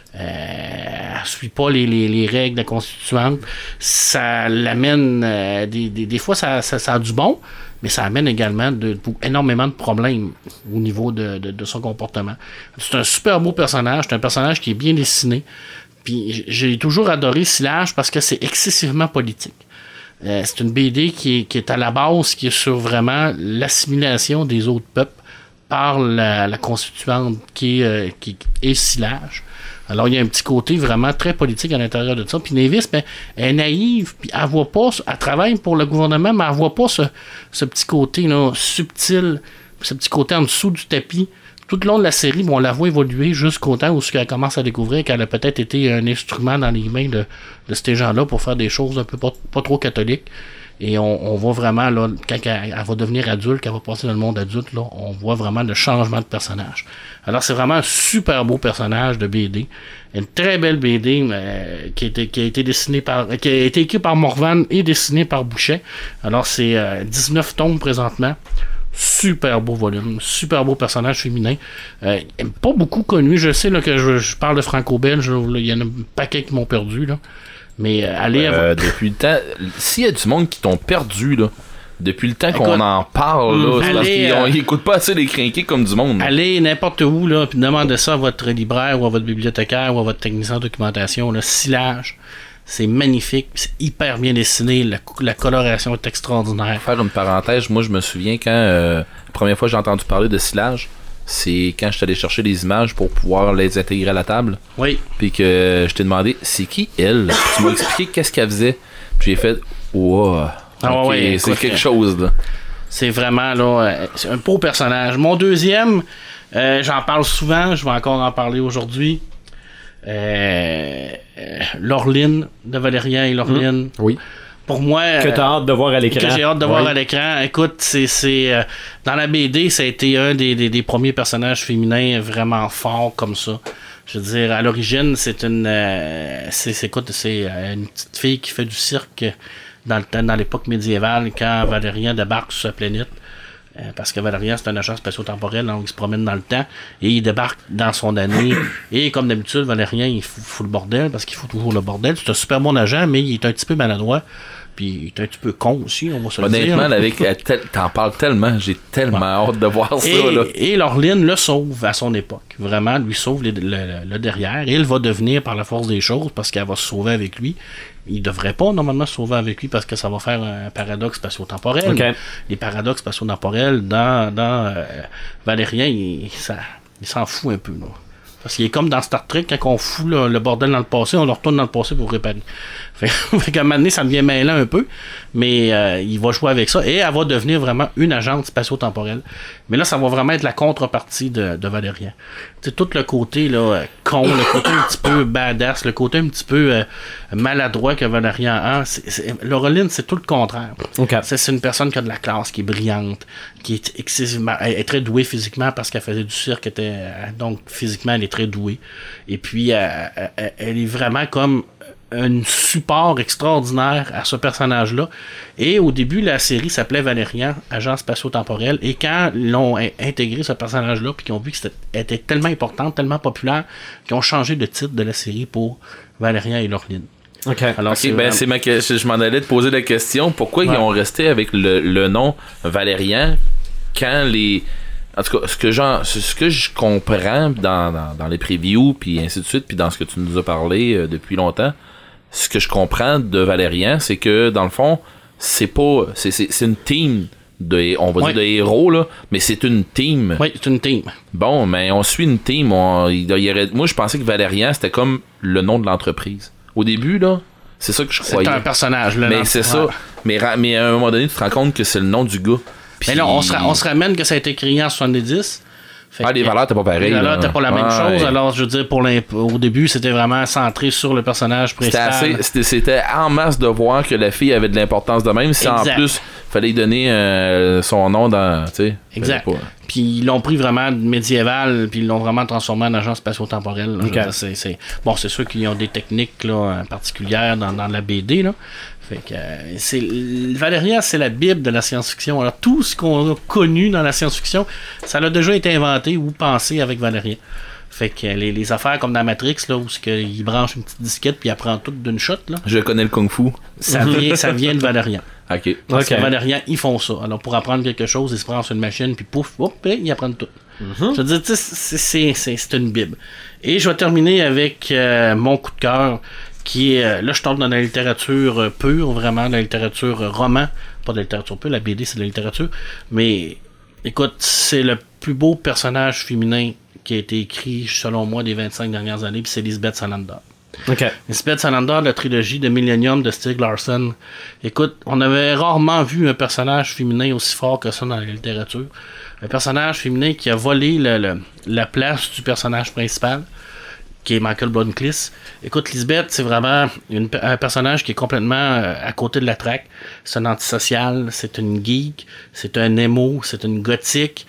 Elle suit pas les règles de la Constituante. Ça l'amène... des fois, ça a du bon, mais ça amène également énormément de problèmes au niveau de son comportement. C'est un super beau personnage. C'est un personnage qui est bien dessiné. Puis j'ai toujours adoré Silage parce que c'est excessivement politique. C'est une BD qui est à la base, qui est sur vraiment l'assimilation des autres peuples par la Constituante qui est Silage. Alors, il y a un petit côté vraiment très politique à l'intérieur de ça. Puis Navis, ben, elle est naïve, puis elle voit pas, elle travaille pour le gouvernement, mais elle voit pas ce petit côté là, subtil, ce petit côté en dessous du tapis. Tout le long de la série, on la voit évoluer jusqu'au temps où elle commence à découvrir qu'elle a peut-être été un instrument dans les mains de ces gens-là pour faire des choses un peu pas trop catholiques. Et on voit vraiment, là, quand elle va devenir adulte, qu'elle va passer dans le monde adulte, là, on voit vraiment le changement de personnage. Alors, c'est vraiment un super beau personnage de BD. Une très belle BD qui a été dessinée qui a été écrite par Morvan et dessinée par Boucher. Alors, c'est 19 tomes présentement. Super beau volume, super beau personnage féminin. Pas beaucoup connu. Je sais là, que je parle de franco-belge. Il y en a un paquet qui m'ont perdu. Là. Mais allez... Depuis le temps, s'il y a du monde qui t'ont perdu, là, depuis le temps qu'on en parle, là, c'est parce qu'ils écoutent pas assez les crinqués comme du monde. Allez n'importe où, là, puis demandez ça à votre libraire ou à votre bibliothécaire ou à votre technicien de documentation, là, Silage. C'est magnifique, c'est hyper bien dessiné, la coloration est extraordinaire. Pour faire une parenthèse, moi je me souviens quand la première fois que j'ai entendu parler de Silage, c'est quand je suis allé chercher les images pour pouvoir les intégrer à la table. Oui. Puis que je t'ai demandé, c'est qui elle? Puis tu m'as expliqué qu'est-ce qu'elle faisait. Puis j'ai fait, wow. Ah ouais, c'est quelque chose, là. C'est vraiment, là, c'est un beau personnage. Mon deuxième, j'en parle souvent, je vais encore en parler aujourd'hui. Lorline de Valérien et Lorline. Oui. Pour moi, que t'as hâte de voir à l'écran. Que j'ai hâte de voir à l'écran. Écoute, c'est dans la BD, ça a été un des premiers personnages féminins vraiment forts comme ça. Je veux dire, à l'origine, c'est une petite fille qui fait du cirque dans l'époque médiévale quand Valérien débarque sur sa planète. Parce que Valérien, c'est un agent spatio-temporel, donc il se promène dans le temps et il débarque dans son année. Et comme d'habitude, Valérien, il fout le bordel parce qu'il fout toujours le bordel. C'est un super bon agent, mais il est un petit peu maladroit. Puis il est un petit peu con aussi, on va se le dire. Honnêtement, t'en parles tellement, j'ai tellement hâte de voir ça. Là. Et Lorline le sauve à son époque. Vraiment, lui sauve le derrière. Et il va devenir par la force des choses parce qu'elle va se sauver avec lui. Il devrait pas normalement se sauver avec lui parce que ça va faire un paradoxe spatio-temporel. Okay. Les paradoxes spatio-temporels dans Valérien, il s'en fout un peu. Là. Parce qu'il est comme dans Star Trek, quand on fout le bordel dans le passé, on le retourne dans le passé pour réparer. Fait qu'à un moment donné, ça devient mêlant un peu, mais il va jouer avec ça, et elle va devenir vraiment une agente spatio-temporelle. Mais là, ça va vraiment être la contrepartie de Valérien. Tu sais, tout le côté là, con, le côté un petit peu badass, le côté un petit peu maladroit que Valérien a, Laureline, c'est tout le contraire. Okay. C'est une personne qui a de la classe, qui est brillante, qui est excessivement... Elle est très douée physiquement parce qu'elle faisait du cirque, donc physiquement, elle est très douée. Et puis, elle est vraiment comme un support extraordinaire à ce personnage-là. Et au début, la série s'appelait Valérien, agent spatio-temporel. Et quand ils l'ont intégré, ce personnage-là, puis qu'ils ont vu que c'était était tellement importante, tellement populaire, qu'ils ont changé de titre de la série pour Valérien et Lorline. OK. Alors, je m'en allais te poser la question. Pourquoi ils ont resté avec le nom Valérien quand les... En tout cas, ce que je comprends dans les previews, puis ainsi de suite, puis dans ce que tu nous as parlé depuis longtemps, ce que je comprends de Valérien, c'est que, dans le fond, c'est une team on va dire de héros, là, mais c'est une team. Oui, c'est une team. Bon, mais on suit une team. Moi, je pensais que Valérien, c'était comme le nom de l'entreprise. Au début, là, c'est ça que je croyais. C'est un personnage, là. Mais c'est ça. Mais à un moment donné, tu te rends compte que c'est le nom du gars. Puis... Mais là, on se ramène que ça a été créé en 70. Les valeurs t'es pas pareil. Les valeurs t'es pas la même chose. Alors, je veux dire, au début, c'était vraiment centré sur le personnage principal. C'était en masse de voir que la fille avait de l'importance de même. Si en plus, fallait lui donner son nom dans... Exact. Puis ils l'ont pris vraiment médiéval, puis ils l'ont vraiment transformé en agent spatio-temporel. Okay. C'est ceux qui ont des techniques là, particulières dans la BD, là. Fait que Valérien, c'est la bible de la science-fiction. Alors tout ce qu'on a connu dans la science-fiction, ça a déjà été inventé ou pensé avec Valérien. Fait que les affaires comme dans Matrix, là, où il branche une petite disquette puis il apprend tout d'une shot, là. Je connais le kung-fu. Ça vient de Valérien. OK. Parce que Valérien, ils font ça. Alors pour apprendre quelque chose, ils se prennent sur une machine puis pouf, ils apprennent tout. Je veux dire, c'est une bible. Et je vais terminer avec mon coup de cœur, qui est, là je tombe dans la littérature pure, vraiment, la littérature roman, pas de la littérature pure, la BD c'est de la littérature, mais écoute, c'est le plus beau personnage féminin qui a été écrit, selon moi, des 25 dernières années, puis c'est Lisbeth Salander. Okay. Lisbeth Salander, la trilogie de Millennium de Stieg Larsson. Écoute, on avait rarement vu un personnage féminin aussi fort que ça dans la littérature. Un personnage féminin qui a volé la place du personnage principal, qui est Michael Blomkvist. Écoute, Lisbeth, c'est vraiment un personnage qui est complètement à côté de la traque. C'est un antisocial, c'est une geek, c'est un émo, c'est une gothique,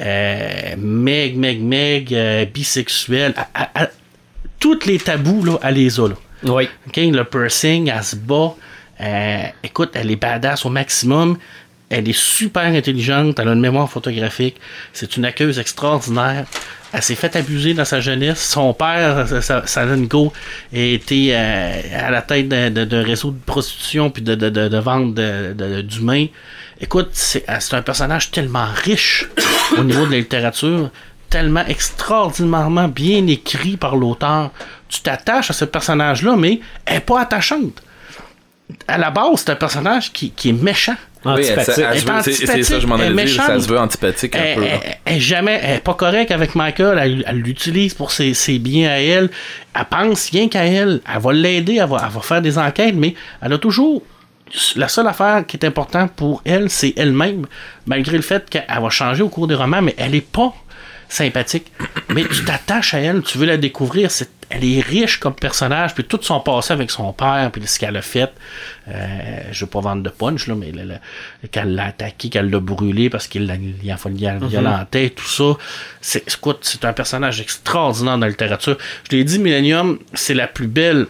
bisexuelle. Toutes les tabous, là, elle les a, là. Oui. Okay, le piercing, elle se bat. Écoute, elle est badass au maximum. Elle est super intelligente, elle a une mémoire photographique, c'est une accueilleuse extraordinaire. Elle s'est fait abuser dans sa jeunesse. Son père, Salon Go, était à la tête d'un réseau de prostitution puis de vente d'humains. Écoute, c'est un personnage tellement riche au niveau de la littérature, tellement extraordinairement bien écrit par l'auteur. Tu t'attaches à ce personnage-là, mais elle n'est pas attachante. À la base, c'est un personnage qui est méchant. Antipathique. C'est ça, je m'en allais dire. Ça se veut antipathique un peu. Elle est pas correcte avec Michael. Elle l'utilise pour ses biens à elle. Elle pense rien qu'à elle. Elle va l'aider. Elle va faire des enquêtes, mais elle a toujours... La seule affaire qui est importante pour elle, c'est elle-même. Malgré le fait qu'elle va changer au cours des romans, mais elle est pas sympathique. Mais tu t'attaches à elle, tu veux la découvrir. Elle est riche comme personnage, puis tout son passé avec son père, puis ce qu'elle a fait. Je veux pas vendre de punch, là, mais qu'elle l'a attaqué, qu'elle l'a brûlé parce qu'il l'a violenté, tout ça. C'est un personnage extraordinaire dans la littérature. Je l'ai dit, Millennium, c'est la plus belle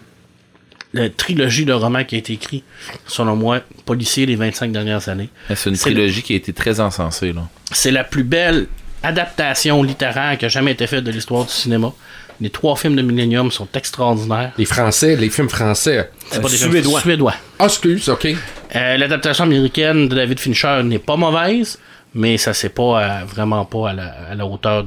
trilogie de romans qui a été écrite, selon moi, policier les 25 dernières années. C'est une trilogie qui a été très encensée, là. C'est la plus belle adaptation littéraire qui a jamais été faite de l'histoire du cinéma. Les 3 films de Millennium sont extraordinaires. Les films français. C'est pas des films suédois. Ah, excuse, ok. L'adaptation américaine de David Fincher n'est pas mauvaise, mais ça c'est pas vraiment pas à la hauteur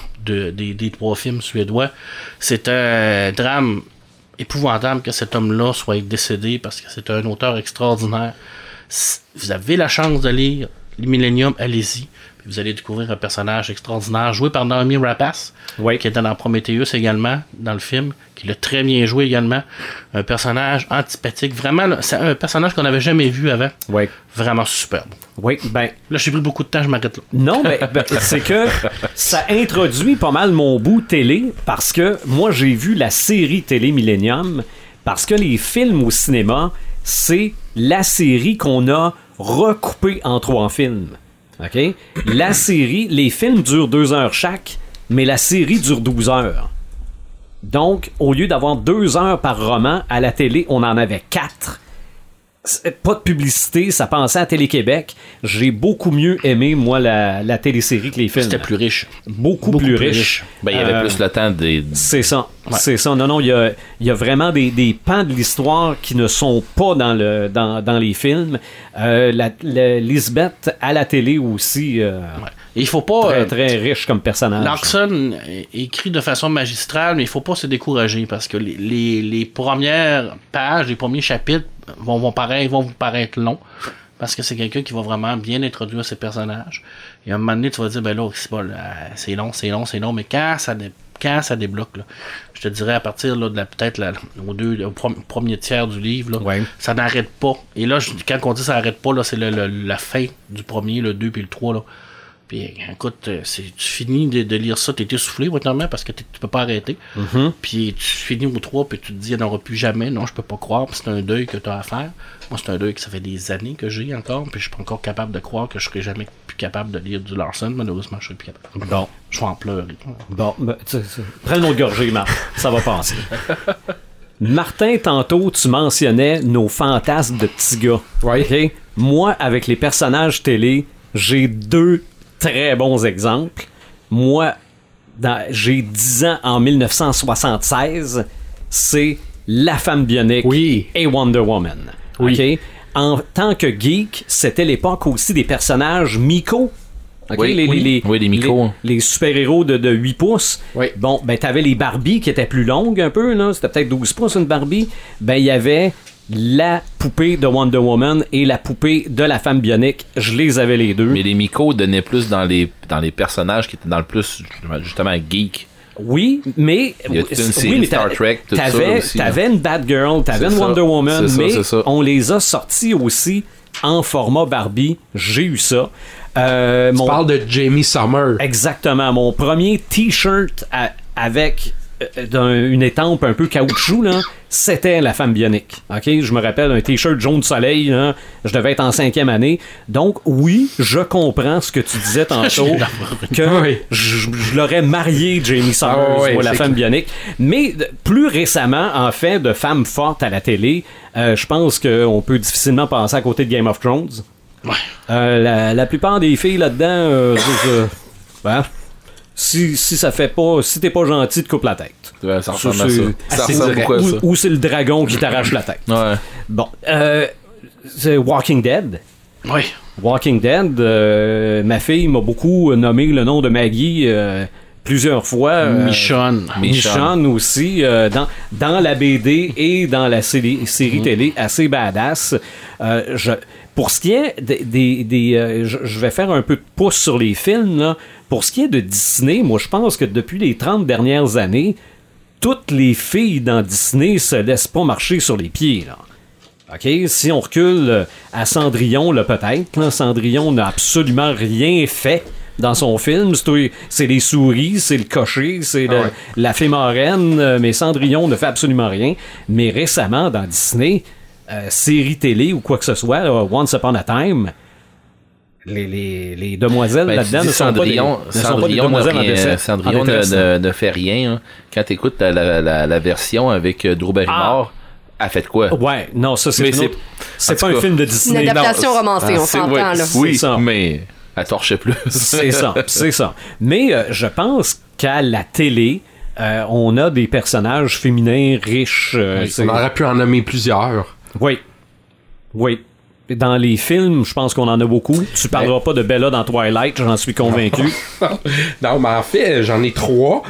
des 3 films suédois. C'est un drame épouvantable que cet homme-là soit décédé parce que c'est un auteur extraordinaire. Si vous avez la chance de lire les Millennium, allez-y. Puis vous allez découvrir un personnage extraordinaire joué par Naomi Rapace, qui était dans Prometheus également, dans le film, qui l'a très bien joué également. Un personnage antipathique. Vraiment, là, c'est un personnage qu'on n'avait jamais vu avant. Vraiment superbe. Oui, ben... Là, j'ai pris beaucoup de temps, je m'arrête là. Non, mais c'est que ça introduit pas mal mon bout télé, parce que moi, j'ai vu la série télé Millennium, parce que les films au cinéma, c'est la série qu'on a recoupée en 3 films. OK? La série, les films durent 2 heures chaque, mais la série dure 12 heures. Donc, au lieu d'avoir 2 heures par roman, à la télé, on en avait 4. Pas de publicité, ça pensait à Télé-Québec. J'ai beaucoup mieux aimé, moi, la télésérie que les films. C'était plus riche. Beaucoup plus riche. Ben, il y avait plus le temps des... C'est ça. Ouais. C'est ça. Non, il y a vraiment des pans de l'histoire qui ne sont pas dans les films. Lisbeth, à la télé aussi... Il faut pas... Très riche comme personnage. Larson écrit de façon magistrale, mais il faut pas se décourager parce que les premières pages, les premiers chapitres vont vous paraître longs parce que c'est quelqu'un qui va vraiment bien introduire ses personnages. Et à un moment donné, tu vas dire, ben là, c'est long, mais quand ça débloque, là, je te dirais à partir là, de peut-être au premier tiers du livre, là, ça n'arrête pas. Et là, quand on dit ça n'arrête pas, là, c'est la fin du premier, le 2 puis le 3, là. Puis écoute, tu finis de lire ça, t'es essoufflé normalement parce que tu peux pas arrêter. Puis tu finis au 3 puis tu te dis il n'y en aura plus jamais. Non, je peux pas croire, puis c'est un deuil que tu as à faire. Moi, c'est un deuil que ça fait des années que j'ai encore, puis je suis pas encore capable de croire que je serai jamais plus capable de lire du Larson. Malheureusement, je serai plus capable. Bon. Je vais en pleurer. Bon, prends une autre gorgée, Marc. Ça va passer. Martin, tantôt, tu mentionnais nos fantasmes de petits gars. Okay? Moi, avec les personnages télé, j'ai 2 très bons exemples. Moi, j'ai 10 ans en 1976, c'est La Femme Bionique et Wonder Woman. Okay? En tant que geek, c'était l'époque aussi des personnages Miko. Okay? Les Miko. Les super-héros de 8 pouces. Bon, ben t'avais les Barbie qui étaient plus longues un peu, là. C'était peut-être 12 pouces une Barbie. Ben il y avait la poupée de Wonder Woman et la poupée de la Femme Bionique. Je les avais les 2. Mais les Miko donnaient plus dans les personnages qui étaient dans le plus justement geek. Oui, mais il y a toute une série Star Trek, tout ça aussi. T'avais une Batgirl, t'avais une Wonder Woman, mais on les a sortis aussi en format Barbie. J'ai eu ça. Tu parles de Jamie Summer. Exactement. Mon premier t-shirt avec une étampe un peu caoutchouc, là, c'était La Femme Bionique. OK? Je me rappelle un t-shirt jaune soleil, là, je devais être en 5e année. Donc, oui, je comprends ce que tu disais tantôt, que je l'aurais marié, Jamie Summers, ou La Femme Bionique. Mais plus récemment, en fait, de femmes fortes à la télé, je pense qu'on peut difficilement passer à côté de Game of Thrones. Ouais. La plupart des filles là-dedans, ben, si ça fait pas, si t'es pas gentil, te coupe la tête. Ouais, ça ressemble à c'est- ça. Ça ressemble beaucoup à ça. Ou c'est le dragon qui t'arrache la tête. Ouais. Bon, c'est Walking Dead. Oui. Walking Dead, ma fille m'a beaucoup nommé le nom de Maggie plusieurs fois. Michonne. Michonne aussi, dans la BD et dans la série télé, assez badass. Pour ce qui est je vais faire un peu de pouce sur les films, là. Pour ce qui est de Disney, moi je pense que depuis les 30 dernières années, toutes les filles dans Disney se laissent pas marcher sur les pieds, là. OK? Si on recule à Cendrillon, là, peut-être, là, Cendrillon n'a absolument rien fait dans son film. C'est les souris, c'est le cocher, c'est la fée marraine, mais Cendrillon ne fait absolument rien. Mais récemment, dans Disney, série télé ou quoi que ce soit, là, Once Upon a Time, les demoiselles là-dedans ne sont pas des demoiselles en décès. Cendrillon ne fait rien. Hein. Quand tu écoutes la version avec Drew Barrymore, elle fait de quoi? Ouais, non, ça c'est pas un film de Disney. Une adaptation romancée, on s'entend là. Oui, mais elle torchait plus. c'est ça. Mais je pense qu'à la télé, on a des personnages féminins riches. On aurait pu en nommer plusieurs. Oui. Dans les films, je pense qu'on en a beaucoup. Tu parleras pas de Bella dans Twilight, j'en suis convaincu. Non, mais en fait, j'en ai 3.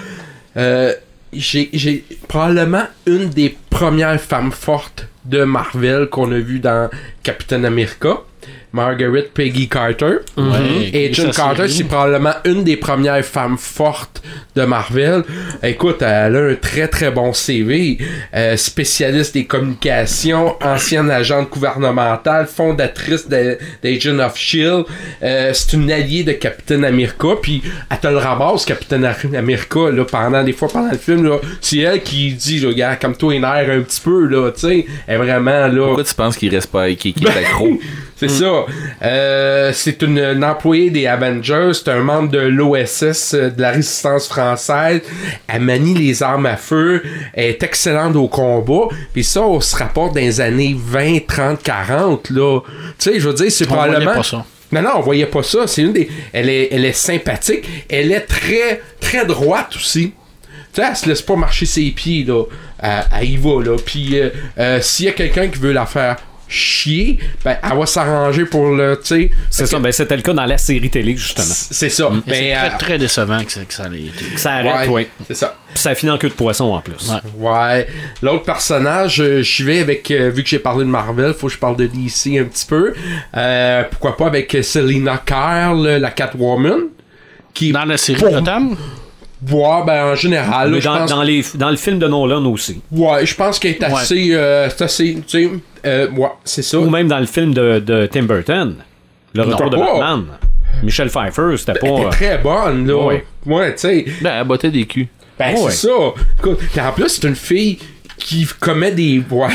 J'ai probablement une des premières femmes fortes de Marvel qu'on a vu dans Captain America, Margaret Peggy Carter. Et Agent Carter, c'est probablement une des premières femmes fortes de Marvel. Écoute, elle a un très très bon CV. Spécialiste des communications, ancienne agente gouvernementale, fondatrice d'Agent of S.H.I.E.L.D. C'est une alliée de Captain America. Puis elle te le ramasse, Captain America, là, pendant le film. Là, c'est elle qui dit, là, gars, comme toi, énerve un petit peu, là, tu sais. Elle est vraiment là. Pourquoi tu penses qu'il reste pas, qu'il est accro? C'est ça. C'est une employée des Avengers, c'est un membre de l'OSS, de la résistance française. Elle manie les armes à feu, elle est excellente au combat. Puis ça, on se rapporte dans les années 20, 30, 40, là. Tu sais, je veux dire, c'est probablement... Pas ça. Non, on voyait pas ça. C'est une des... Elle est sympathique. Elle est très, très droite aussi. Tu sais, elle se laisse pas marcher ses pieds, là. Elle y va, là. Puis s'il y a quelqu'un qui veut la faire chier, ben elle va s'arranger pour le, tu sais. C'est ça, ben c'était le cas dans la série télé, justement. C'est ça. C'est très, très décevant que ça ait été. Que ça arrête, oui. C'est ça. Puis ça finit en queue de poisson, en plus. Ouais. L'autre personnage, je vais avec, vu que j'ai parlé de Marvel, faut que je parle de DC un petit peu. Pourquoi pas avec Selina Kyle, la Catwoman. Qui dans la série Gotham? Ouais, ben en général. Mais là, dans le film de Nolan aussi. Ouais, je pense qu'elle est assez. C'est assez. Tu sais, ouais, c'est ça. Ou même dans le film de Tim Burton, Le Retour de Batman. Michelle Pfeiffer, c'était pas. Elle était très bonne, là. Ouais, tu sais. Ben, elle bottait des culs. Ben, c'est ça. Écoute, en plus, c'est une fille qui commet des vols,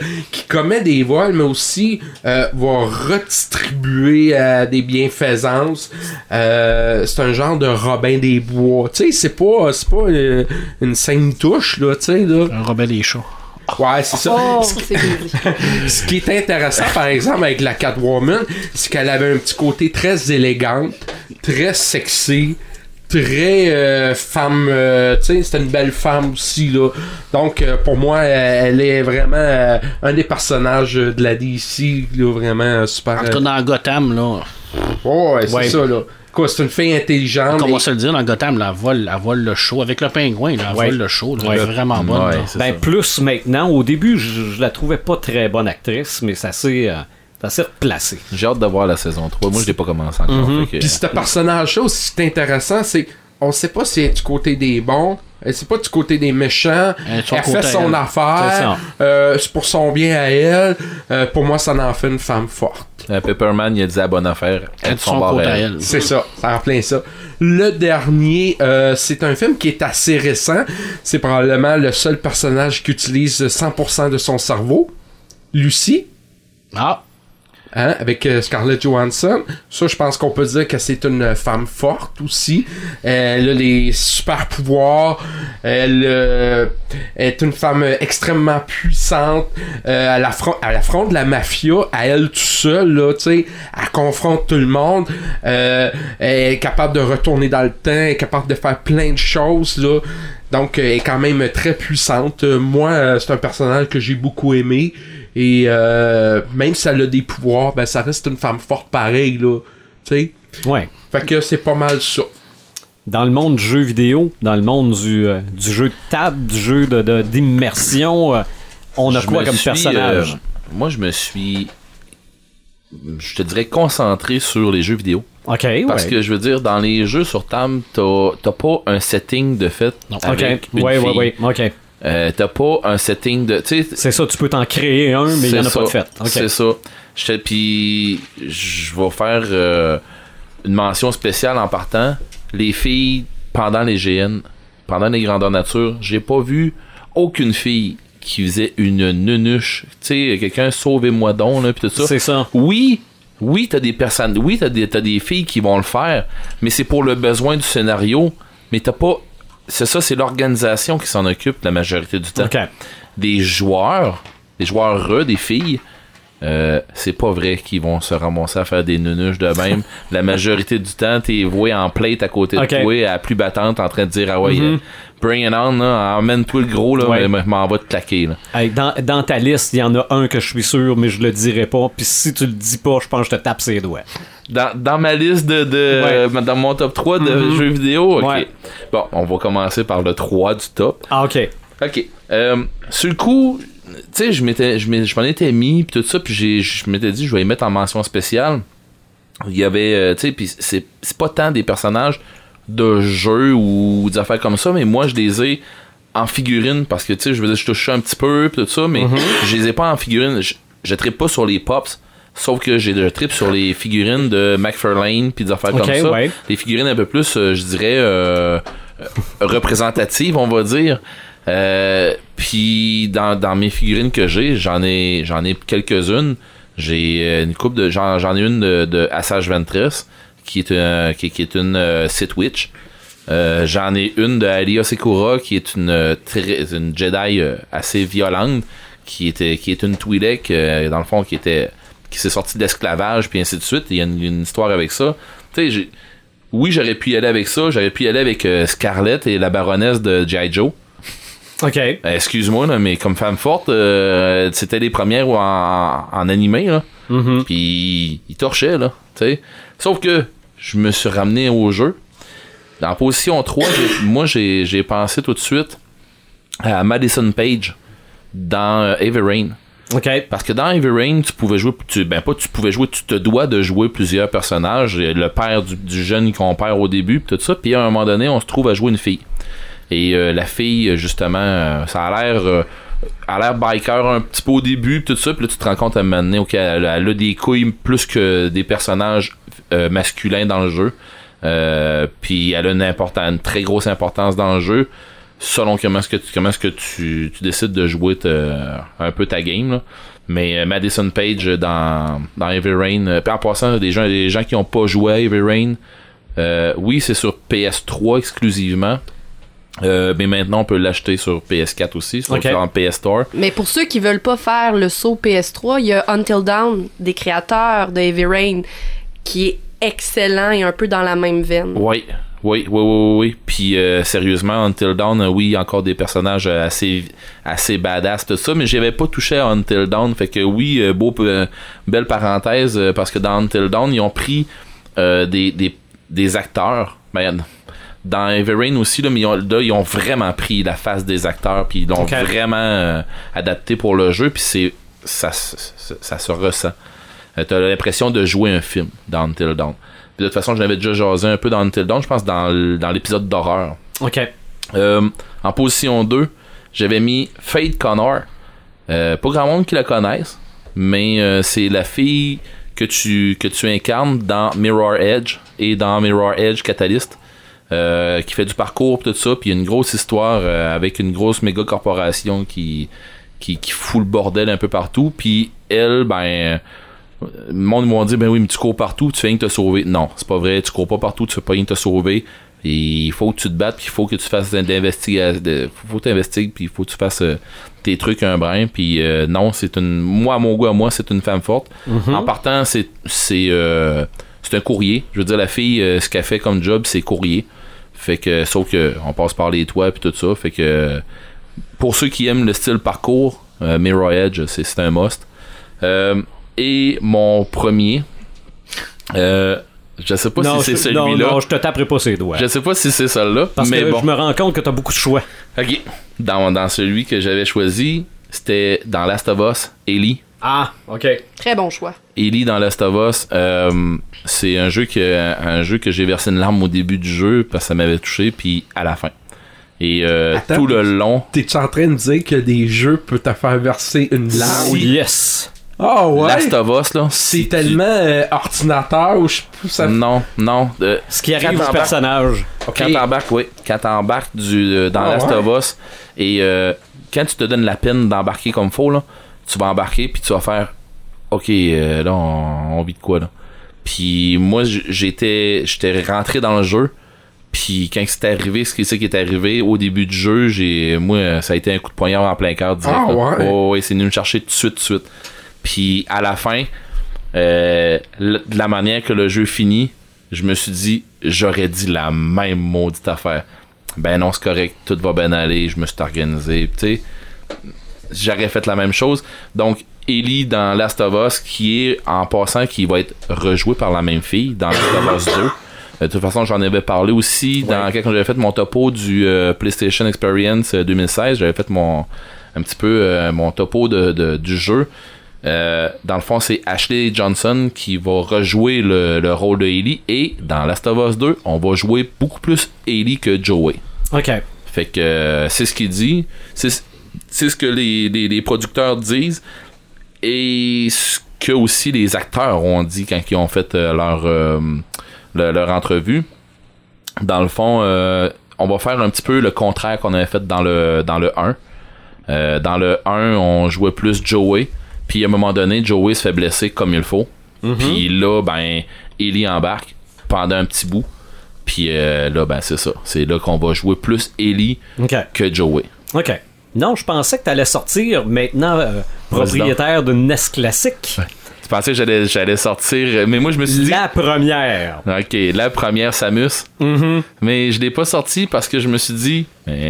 mais aussi va redistribuer des bienfaisances. C'est un genre de Robin des Bois. Tu sais, c'est pas une scène touche, là, tu sais, là. Un Robin des Chats. Ouais, c'est ça. Oh, c'est bien. Ce qui est intéressant, par exemple, avec la Catwoman, c'est qu'elle avait un petit côté très élégante, très sexy, très femme, tu sais, c'était une belle femme aussi, là. Donc, pour moi, elle est vraiment un des personnages de la DC, là, vraiment super. En tout cas, dans Gotham, là. Ouais, c'est ça, là. Quoi, c'est une fille intelligente. Comment se le dire, dans Gotham, là, elle vole le show. Avec le pingouin, là, elle vole le show. Elle est vraiment bonne. Ben, plus maintenant. Au début, je la trouvais pas très bonne actrice, mais ça s'est replacé. J'ai hâte de voir la saison 3. Moi, je l'ai pas commencé encore. Puis ce personnage-là aussi, c'est intéressant, c'est on sait pas si elle est du côté des bons, c'est pas du côté des méchants. Elle fait son affaire. C'est pour son bien à elle. Pour moi, ça en fait une femme forte. Pepperman, il a dit la bonne affaire. Elle de son côté à elle. C'est ça, c'est en plein ça. Le dernier, c'est un film qui est assez récent. C'est probablement le seul personnage qui utilise 100% de son cerveau. Lucie. Ah. avec Scarlett Johansson. Ça, je pense qu'on peut dire que c'est une femme forte aussi. Elle a des super pouvoirs. Elle est une femme extrêmement puissante. Elle affronte la mafia à elle tout seule, là, tu sais. Elle confronte tout le monde. Elle est capable de retourner dans le temps. Elle est capable de faire plein de choses, là. Donc, elle est quand même très puissante. Moi, c'est un personnage que j'ai beaucoup aimé. Et même si elle a des pouvoirs, ben ça reste une femme forte pareil, là. Tu sais? Ouais. Fait que c'est pas mal ça. Dans le monde du jeu vidéo, dans le monde du jeu de table, du jeu d'immersion, on a quoi comme personnage? Moi, je me suis, je te dirais, concentré sur les jeux vidéo. OK, Parce que je veux dire, dans les jeux sur table, t'as pas un setting de fait avec une fille. Oui, OK. T'as pas un setting de... C'est ça, tu peux t'en créer un, mais il n'y en a pas de fait. Okay. C'est ça. Puis je vais faire une mention spéciale en partant. Les filles, pendant les GN, pendant les grandeurs nature, j'ai pas vu aucune fille qui faisait une nunuche. Tu sais, quelqu'un, sauvez-moi donc, là, pis tout ça. C'est ça. Oui, t'as des personnes, oui, t'as des filles qui vont le faire, mais c'est pour le besoin du scénario, mais t'as pas... C'est ça, c'est l'organisation qui s'en occupe la majorité du temps. Okay. Des joueurs, des filles, c'est pas vrai qu'ils vont se ramasser à faire des nunuches de même. La majorité du temps, t'es voué en plate à côté de toi, à la plus battante, en train de dire, ah ouais, bring it on, là, emmène-toi le gros, là, m'en va te claquer, là. Hey, dans ta liste, il y en a un que je suis sûr, mais je le dirai pas. Puis si tu le dis pas, je pense que je te tape ses doigts. Dans ma liste dans mon top 3 de jeux vidéo, ok. Ouais. Bon, on va commencer par le 3 du top. Ah, ok. Sur le coup, tu sais, je m'en étais mis, pis tout ça, puis je m'étais dit, je vais les mettre en mention spéciale. Il y avait, tu sais, puis c'est pas tant des personnages de jeux ou des affaires comme ça, mais moi, je les ai en figurine, parce que, tu sais, je veux dire, je touche un petit peu, pis tout ça, mais je les ai pas en figurine. Je trippe pas sur les pops, sauf que je trippe sur les figurines de McFarlane, pis des affaires comme ça. Ouais. Les figurines un peu plus, je dirais, représentatives, on va dire. Puis dans mes figurines que j'ai, j'en ai quelques-unes. J'ai une coupe de j'en ai une de Asajj Ventress qui est une Sith Witch. J'en ai une de Alia Secura qui est une Jedi assez violente qui est une Twi'lek dans le fond qui s'est sortie de l'esclavage puis ainsi de suite. Il y a une histoire avec ça. Tu sais, oui, j'aurais pu y aller avec ça. J'aurais pu y aller avec Scarlett et la baronesse de G.I. Joe. OK. Excuse-moi, là, mais comme femme forte, c'était les premières en animé, là. Puis ils torchaient, là. T'sais. Sauf que je me suis ramené au jeu. Dans position 3, j'ai pensé tout de suite à Madison Page dans Heavy Rain. OK. Parce que dans Heavy Rain, tu te dois de jouer plusieurs personnages. Le père du jeune qu'on perd au début, pis tout ça. Puis à un moment donné, on se trouve à jouer une fille. Et la fille, justement, ça a l'air biker un petit peu au début, tout ça, puis là tu te rends compte à un moment donné, ok, elle a des couilles plus que des personnages masculins dans le jeu. Puis elle a une très grosse importance dans le jeu, selon comment est-ce que tu décides de jouer un peu ta game, là. Mais Madison Page dans Heavy Rain, puis en passant, des gens qui n'ont pas joué à Heavy Rain, oui, c'est sur PS3 exclusivement. Mais maintenant on peut l'acheter sur PS4 aussi, sur PS Store. Mais pour ceux qui veulent pas faire le saut PS3, il y a Until Dawn des créateurs de Heavy Rain qui est excellent et un peu dans la même veine. Oui. Puis sérieusement, Until Dawn, oui, il y a encore des personnages assez badass, tout ça, mais j'avais pas touché à Until Dawn, fait que oui, belle parenthèse, parce que dans Until Dawn, ils ont pris des acteurs, dans Heavy Rain aussi, là, mais ils ont vraiment pris la face des acteurs, puis ils l'ont vraiment adapté pour le jeu, puis ça se ressent. T'as l'impression de jouer un film dans Until Dawn. Puis de toute façon, je l'avais déjà jasé un peu dans Until Dawn, je pense dans l'épisode d'horreur. OK. En position 2, j'avais mis Faith Connor. Pas grand monde qui la connaisse, mais c'est la fille que tu incarnes dans Mirror Edge et dans Mirror Edge Catalyst. Qui fait du parcours pis tout ça, puis il y a une grosse histoire avec une grosse méga corporation qui fout le bordel un peu partout, puis elle, le monde m'ont dit, ben oui, mais tu cours partout, tu fais rien que te sauver. Non, c'est pas vrai, tu cours pas partout, tu fais pas rien que te sauver. Et il faut que tu te battes, puis il faut que tu fasses faut que tu investigues, puis il faut que tu fasses tes trucs un brin. Puis non, moi, à mon goût, à moi, c'est une femme forte. En partant, c'est un courrier. Je veux dire, la fille, ce qu'elle fait comme job, c'est courrier. Fait que, sauf que on passe par les toits puis tout ça. Fait que pour ceux qui aiment le style parcours, Mirror Edge, c'est un must. Et mon premier, je sais pas si c'est celui-là. Non, je te taperai pas ses doigts. Je sais pas si c'est celui-là. Parce mais que bon. je me rends compte que t'as beaucoup de choix. Ok. Dans celui que j'avais choisi, c'était dans Last of Us, Ellie. Ah, ok. Très bon choix. Ellie dans Last of Us, c'est un jeu que j'ai versé une larme au début du jeu parce que ça m'avait touché, puis à la fin. Et Attends, tout le long. T'es-tu en train de dire que des jeux peuvent te faire verser une larme? Yes. Ah ouais? Last of Us, là. C'est tellement ordinateur ou je sais pas, ça... Non. Ce qui arrive Quand au personnage. Quand t'embarques dans Last of Us, et quand tu te donnes la peine d'embarquer comme faut, là, tu vas embarquer, puis tu vas faire OK, là, on vit de quoi, là? Puis moi, j'étais rentré dans le jeu, puis quand c'est arrivé, ce qui est arrivé au début du jeu, moi, ça a été un coup de poignard en plein cœur direct. Ah ouais? Ouais, c'est venu me chercher tout de suite. Puis à la fin, de la manière que le jeu finit, je me suis dit, j'aurais dit la même maudite affaire. Ben non, c'est correct, tout va bien aller, je me suis organisé, tu sais. J'aurais fait la même chose. Donc, Ellie dans Last of Us, qui est, en passant, qui va être rejouée par la même fille dans Last of Us 2. De toute façon, j'en avais parlé aussi quand j'avais fait mon topo du PlayStation Experience 2016. J'avais fait mon topo du jeu. Dans le fond, c'est Ashley Johnson qui va rejouer le rôle de Ellie. Et dans Last of Us 2, on va jouer beaucoup plus Ellie que Joey. OK. Fait que c'est ce qu'il dit. C'est ce que les producteurs disent. Et ce que aussi les acteurs ont dit quand ils ont fait leur entrevue. Dans le fond, on va faire un petit peu le contraire qu'on avait fait dans le 1. Dans le 1, on jouait plus Joey. Puis à un moment donné, Joey se fait blesser comme il faut. Puis là, ben, Ellie embarque pendant un petit bout. Puis là, ben, c'est ça. C'est là qu'on va jouer plus Ellie que Joey. OK. Non, je pensais que t'allais sortir maintenant propriétaire d'une NES classique. Ouais. Tu pensais que j'allais sortir, mais moi je me suis dit... La première. OK, la première Samus. Mais je l'ai pas sorti parce que je me suis dit...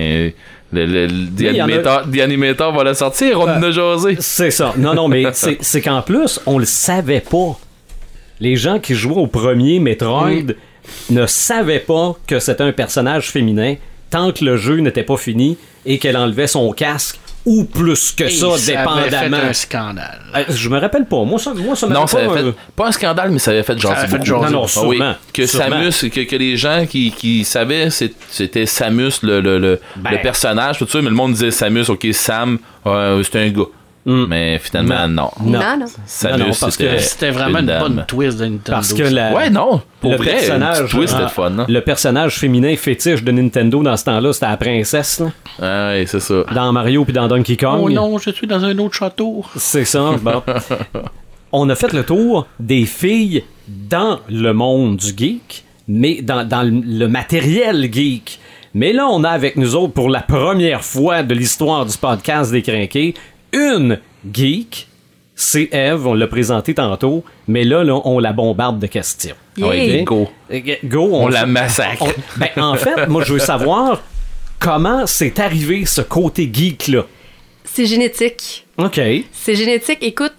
The Animator va la sortir, on en a jasé. C'est ça. Non, mais c'est qu'en plus, on le savait pas. Les gens qui jouaient au premier Metroid ne savaient pas que c'était un personnage féminin tant que le jeu n'était pas fini et qu'elle enlevait son casque ou plus que ça, dépendamment. Ça avait fait un scandale. Je me rappelle pas. Moi, ça non, ça avait fait pas un scandale, mais ça avait fait jaser beaucoup. Non, sûrement. Samus, que les gens qui savaient, c'était Samus, le personnage, tout ça, mais le monde disait Samus, OK, Sam, c'était un gars. Mais finalement, non. Samus, parce que c'était vraiment une bonne twist de Nintendo. Parce que pour vrai, personnage, twist, c'était fun. Hein? Le personnage féminin fétiche de Nintendo dans ce temps-là, c'était la princesse. Là. Ah oui, c'est ça. Dans Mario puis dans Donkey Kong. Oh non, je suis dans un autre château. C'est ça. Bon. On a fait le tour des filles dans le monde du geek, mais dans le matériel geek. Mais là, on a avec nous autres, pour la première fois de l'histoire du podcast des Crinqués, une geek, c'est Eve, on l'a présenté tantôt, mais là, on la bombarde de questions. Oui, go, on la massacre. En fait, moi, je veux savoir comment c'est arrivé ce côté geek-là. C'est génétique. OK. C'est génétique. Écoute,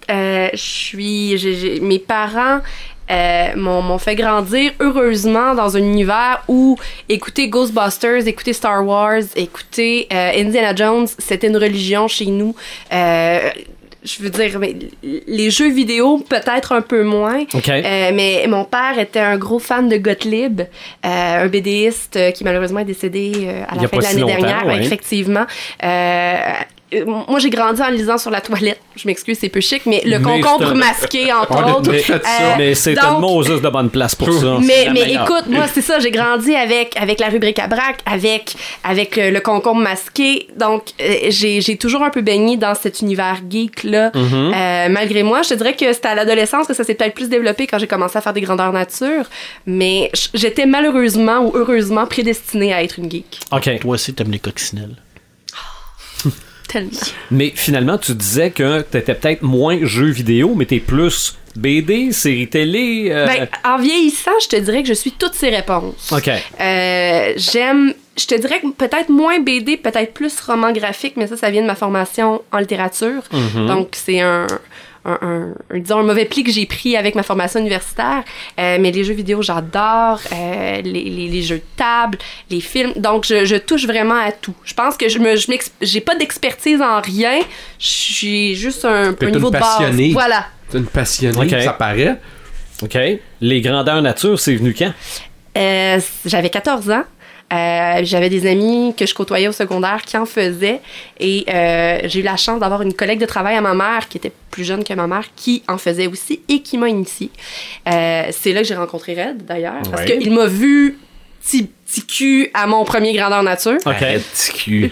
mes parents m'ont fait grandir heureusement dans un univers où écouter Ghostbusters, écouter Star Wars, écouter Indiana Jones, c'était une religion chez nous. Je veux dire, les jeux vidéo, peut-être un peu moins. Okay. Mais mon père était un gros fan de Gottlieb, un BDiste qui malheureusement est décédé à la fin de l'année dernière, effectivement. moi, j'ai grandi en lisant sur la toilette. Je m'excuse, c'est peu chic, mais le concombre masqué, entre autres. Mais c'est une Moses de bonne place pour ça. Mais écoute, moi, c'est ça, j'ai grandi avec la rubrique à braque, avec le concombre masqué. Donc, j'ai toujours un peu baigné dans cet univers geek-là. Malgré moi, je te dirais que c'était à l'adolescence que ça s'est peut-être plus développé quand j'ai commencé à faire des grandeurs nature. Mais j'étais malheureusement ou heureusement prédestinée à être une geek. OK. Toi aussi, t'aimes les coccinelles. Tellement. Mais finalement, tu disais que t'étais peut-être moins jeux vidéo, mais t'es plus BD, séries télé. Ben, en vieillissant, je te dirais que je suis toutes ces réponses. OK. Je te dirais que peut-être moins BD, peut-être plus roman graphique, mais ça vient de ma formation en littérature. Donc, c'est disons, un mauvais pli que j'ai pris avec ma formation universitaire. Mais les jeux vidéo, j'adore. Les jeux de table, les films. Donc, je touche vraiment à tout. Je pense que j'ai pas d'expertise en rien. Je suis juste un niveau de base. Voilà. T'es une passionnée, ça paraît. OK. Les grandeurs nature, c'est venu quand? J'avais 14 ans. J'avais des amis que je côtoyais au secondaire qui en faisaient et j'ai eu la chance d'avoir une collègue de travail à ma mère qui était plus jeune que ma mère qui en faisait aussi et qui m'a initiée. C'est là que j'ai rencontré Red d'ailleurs parce qu'il m'a vu petit cul à mon premier grandeur nature. OK. Petit cul.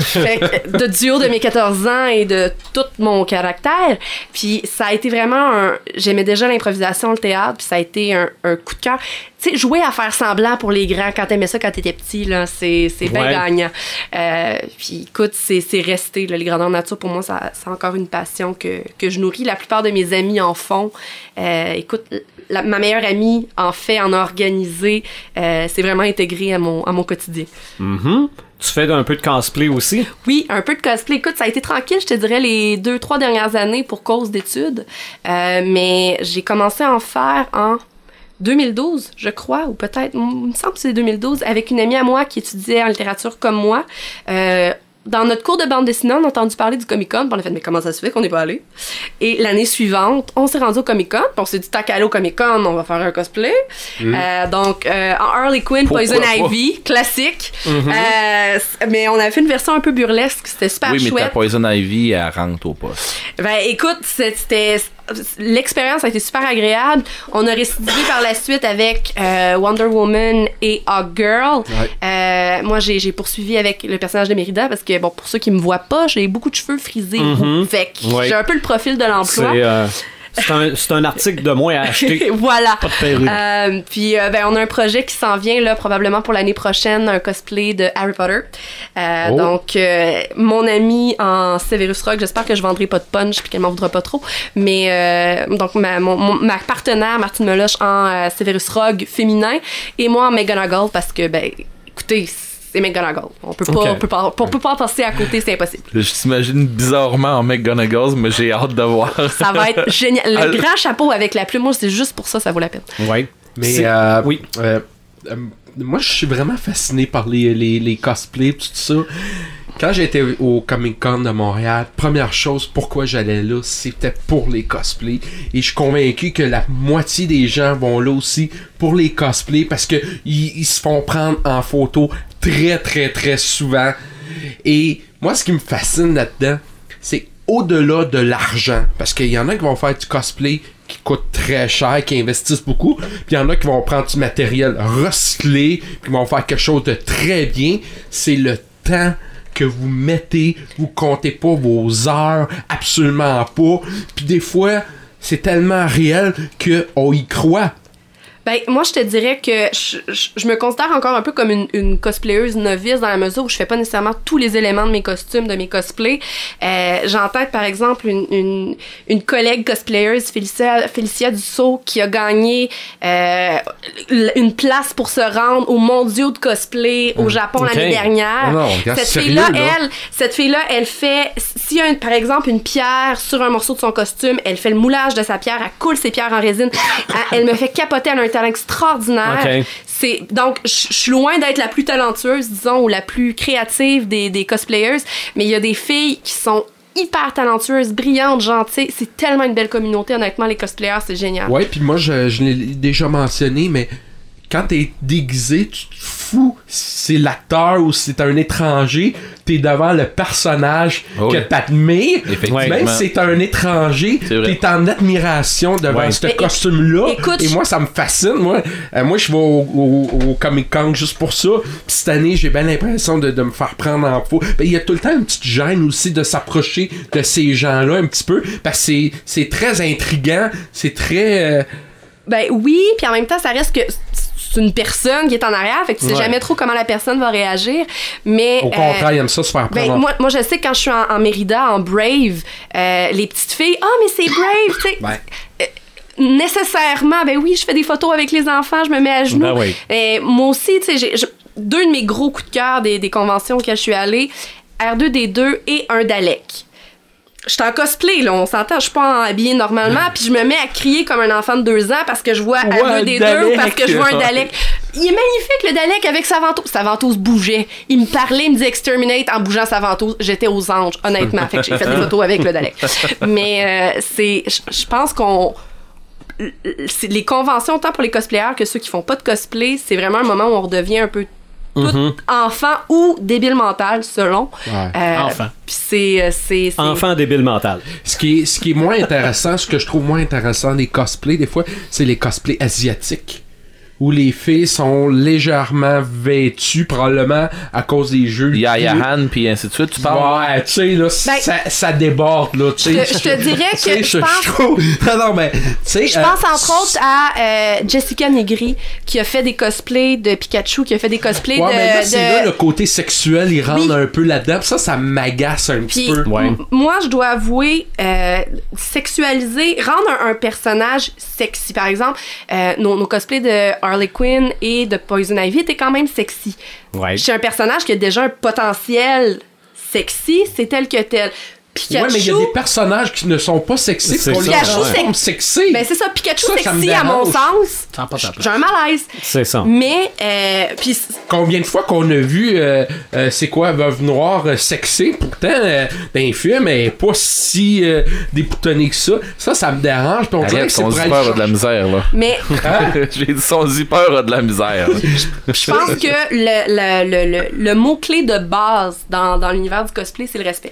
De duo de mes 14 ans et de tout mon caractère. Puis ça a été vraiment j'aimais déjà l'improvisation, le théâtre, puis ça a été un coup de cœur. Tu sais, jouer à faire semblant pour les grands quand t'aimais ça quand t'étais petit, là, c'est bien gagnant. Puis écoute, c'est resté, là, les grandeurs nature, pour moi, c'est encore une passion que je nourris. La plupart de mes amis en font. Écoute, ma meilleure amie en fait, en a organisé. C'est vraiment intégré à mon quotidien. Tu fais un peu de cosplay aussi? Oui, un peu de cosplay. Écoute, ça a été tranquille, je te dirais, les 2-3 dernières années pour cause d'études. Mais j'ai commencé à en faire en 2012, je crois, ou peut-être, il me semble que c'est 2012, avec une amie à moi qui étudiait en littérature comme moi. Dans notre cours de bande dessinée, on a entendu parler du Comic-Con, puis on a fait, mais comment ça se fait qu'on n'est pas allé? Et l'année suivante, on s'est rendu au Comic-Con, puis on s'est dit, tant qu'à aller au Comic-Con, on va faire un cosplay. Donc, en Harley Quinn, Poison Ivy, classique. Mais on a fait une version un peu burlesque, c'était super chouette. Oui, mais ta Poison Ivy, elle rentre au poste. Ben, écoute, l'expérience a été super agréable. On a récidivé par la suite avec Wonder Woman et Hawkgirl. Moi, j'ai poursuivi avec le personnage de Mérida parce que, bon, pour ceux qui me voient pas, j'ai beaucoup de cheveux frisés. Fait que j'ai un peu le profil de l'emploi. C'est un article de moins à acheter. Voilà. Pas de perruque. Puis, on a un projet qui s'en vient, là, probablement pour l'année prochaine, un cosplay de Harry Potter. Donc, mon ami en Severus Rogue, j'espère que je vendrai pas de punch puis qu'elle m'en voudra pas trop. Mais, donc, ma partenaire, Martine Meloche, en Severus Rogue féminin et moi en McGonagall parce que, ben, écoutez, c'est McGonagall. On peut pas passer à côté, c'est impossible. Je t'imagine bizarrement en McGonagall, mais j'ai hâte de voir. Ça va être génial. Le grand chapeau avec la plume, moi, c'est juste pour ça vaut la peine. Oui. Mais oui. Moi, je suis vraiment fasciné par les cosplays, tout ça. Quand j'étais au Comic-Con de Montréal, première chose, pourquoi j'allais là, c'était pour les cosplays. Et je suis convaincu que la moitié des gens vont là aussi pour les cosplays parce que ils se font prendre en photo très, très, très souvent. Et moi, ce qui me fascine là-dedans, c'est au-delà de l'argent. Parce qu'il y en a qui vont faire du cosplay qui coûte très cher, qui investissent beaucoup. Puis il y en a qui vont prendre du matériel recyclé, puis vont faire quelque chose de très bien. C'est le temps que vous mettez, vous comptez pas vos heures, absolument pas. Puis des fois, c'est tellement réel qu'on y croit. Ben, moi, je te dirais que je me considère encore un peu comme une cosplayeuse novice dans la mesure où je fais pas nécessairement tous les éléments de mes costumes, de mes cosplays. J'ai en tête, par exemple, une collègue cosplayeuse, Félicia Dussault, qui a gagné une place pour se rendre aux mondiaux de cosplay au Japon l'année dernière. Non, cette fille-là, elle fait... S'il y a, par exemple, une pierre sur un morceau de son costume, elle fait le moulage de sa pierre, elle coule ses pierres en résine. Elle me fait capoter, elle a un talent extraordinaire. Donc, je suis loin d'être la plus talentueuse, disons, ou la plus créative des cosplayers, mais il y a des filles qui sont hyper talentueuses, brillantes, gentilles. C'est tellement une belle communauté, honnêtement, les cosplayers, c'est génial. Ouais, puis moi, je l'ai déjà mentionné, mais quand t'es déguisé, tu te fous si c'est l'acteur ou si c'est un étranger, t'es devant le personnage que t'admires. Même si c'est un étranger, t'es en admiration devant ce costume-là. Et moi, ça me fascine. Moi, je vais au Comic-Con juste pour ça. Puis cette année, j'ai bien l'impression de me faire prendre en photo. Il y a tout le temps une petite gêne aussi de s'approcher de ces gens-là un petit peu, parce que c'est très intriguant, c'est très... Ben oui, puis en même temps, ça reste que c'est une personne qui est en arrière, fait que tu sais jamais trop comment la personne va réagir, mais... Au contraire, il aime ça se faire prendre. Moi, je sais que quand je suis en Mérida, en Brave, les petites filles, « Ah, mais c'est Brave! » tu sais. Nécessairement, ben oui, je fais des photos avec les enfants, je me mets à genoux. Ben oui. Moi aussi, tu sais, deux de mes gros coups de cœur des conventions auxquelles je suis allée, R2D2 et un Dalek. Je suis en cosplay, là, on s'entend, je suis pas habillée normalement, puis je me mets à crier comme un enfant de 2 ans parce que je vois R2D2 ou parce que je vois un Dalek. Il est magnifique, le Dalek, avec sa ventouse. Sa ventouse bougeait. Il me parlait, il me disait Exterminate en bougeant sa ventouse. J'étais aux anges, honnêtement. Fait que j'ai fait des photos avec le Dalek. Mais je pense qu'on... Les conventions, autant pour les cosplayers que ceux qui font pas de cosplay, c'est vraiment un moment où on redevient un peu tout enfant ou débile mental, selon. Enfant. Puis c'est... Enfant débile mental. Ce qui est moins intéressant, ce que je trouve moins intéressant des cosplays, des fois, c'est les cosplays asiatiques. Où les filles sont légèrement vêtues, probablement à cause des jeux. Yaya Han, puis ainsi de suite, tu parles? Ouais, tu sais, là, ça déborde, là, tu sais. Je te dirais que je pense... Non, mais, tu sais... Je pense, entre autres, à Jessica Negri, qui a fait des cosplays de Pikachu, qui a fait des cosplays mais là, c'est là, le côté sexuel, il rentre un peu là-dedans, ça m'agace un petit peu. Moi, je dois avouer, sexualiser, rendre un personnage sexy. Par exemple, nos cosplays de Harley Quinn et de Poison Ivy étaient quand même sexy. Ouais. Je suis un personnage qui a déjà un potentiel sexy, c'est tel que tel. Pikachu... Ouais, mais il y a des personnages qui ne sont pas sexy, qu'on les transforme sexy. Ben c'est ça, Pikachu sexy, à mon sens. J'ai un malaise. C'est ça. Mais, puis... Combien de fois qu'on a vu, c'est quoi, Veuve Noire sexy, pourtant, dans les films, elle est pas si déboutonnée que ça. Ça me dérange. Puis on dirait que c'est son zipper a de la misère, là. Mais... J'ai dit son zipper a de la misère. Je pense que le mot-clé de base dans l'univers du cosplay, c'est le respect.